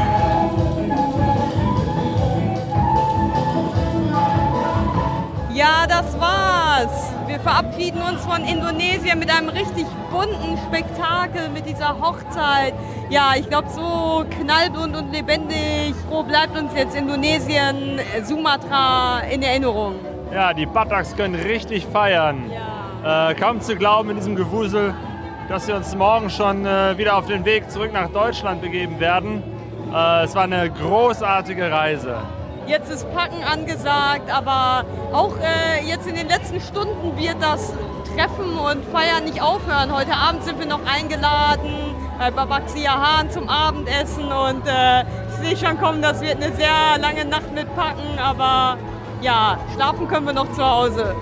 Speaker 15: Ja, das war's. Wir verabschieden uns von Indonesien mit einem richtig bunten Spektakel, mit dieser Hochzeit. Ja, ich glaube, so knallbunt und lebendig. Wo bleibt uns jetzt Indonesien, Sumatra in Erinnerung?
Speaker 4: Ja, die Bataks können richtig feiern. Ja. Kaum zu glauben in diesem Gewusel, dass wir uns morgen schon wieder auf den Weg zurück nach Deutschland begeben werden. Es war eine großartige Reise.
Speaker 15: Jetzt ist Packen angesagt, aber auch jetzt in den letzten Stunden wird das Treffen und Feiern nicht aufhören. Heute Abend sind wir noch eingeladen bei Babaxia Hahn zum Abendessen und ich sehe schon kommen, das wird eine sehr lange Nacht mit Packen, aber ja, schlafen können wir noch zu Hause.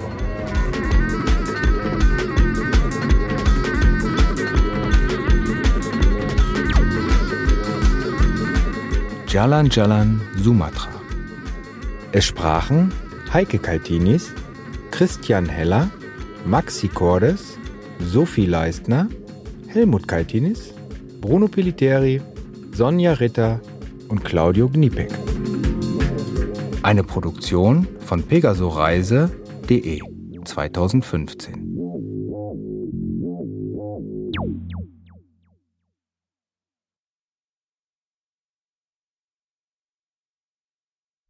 Speaker 2: Jalan Jalan Sumatra. Es sprachen Heike Kaltinis, Christian Heller, Maxi Cordes, Sophie Leistner, Helmut Kaltinis, Bruno Piliteri, Sonja Ritter und Claudio Gnipek. Eine Produktion von pegasoreise.de 2015.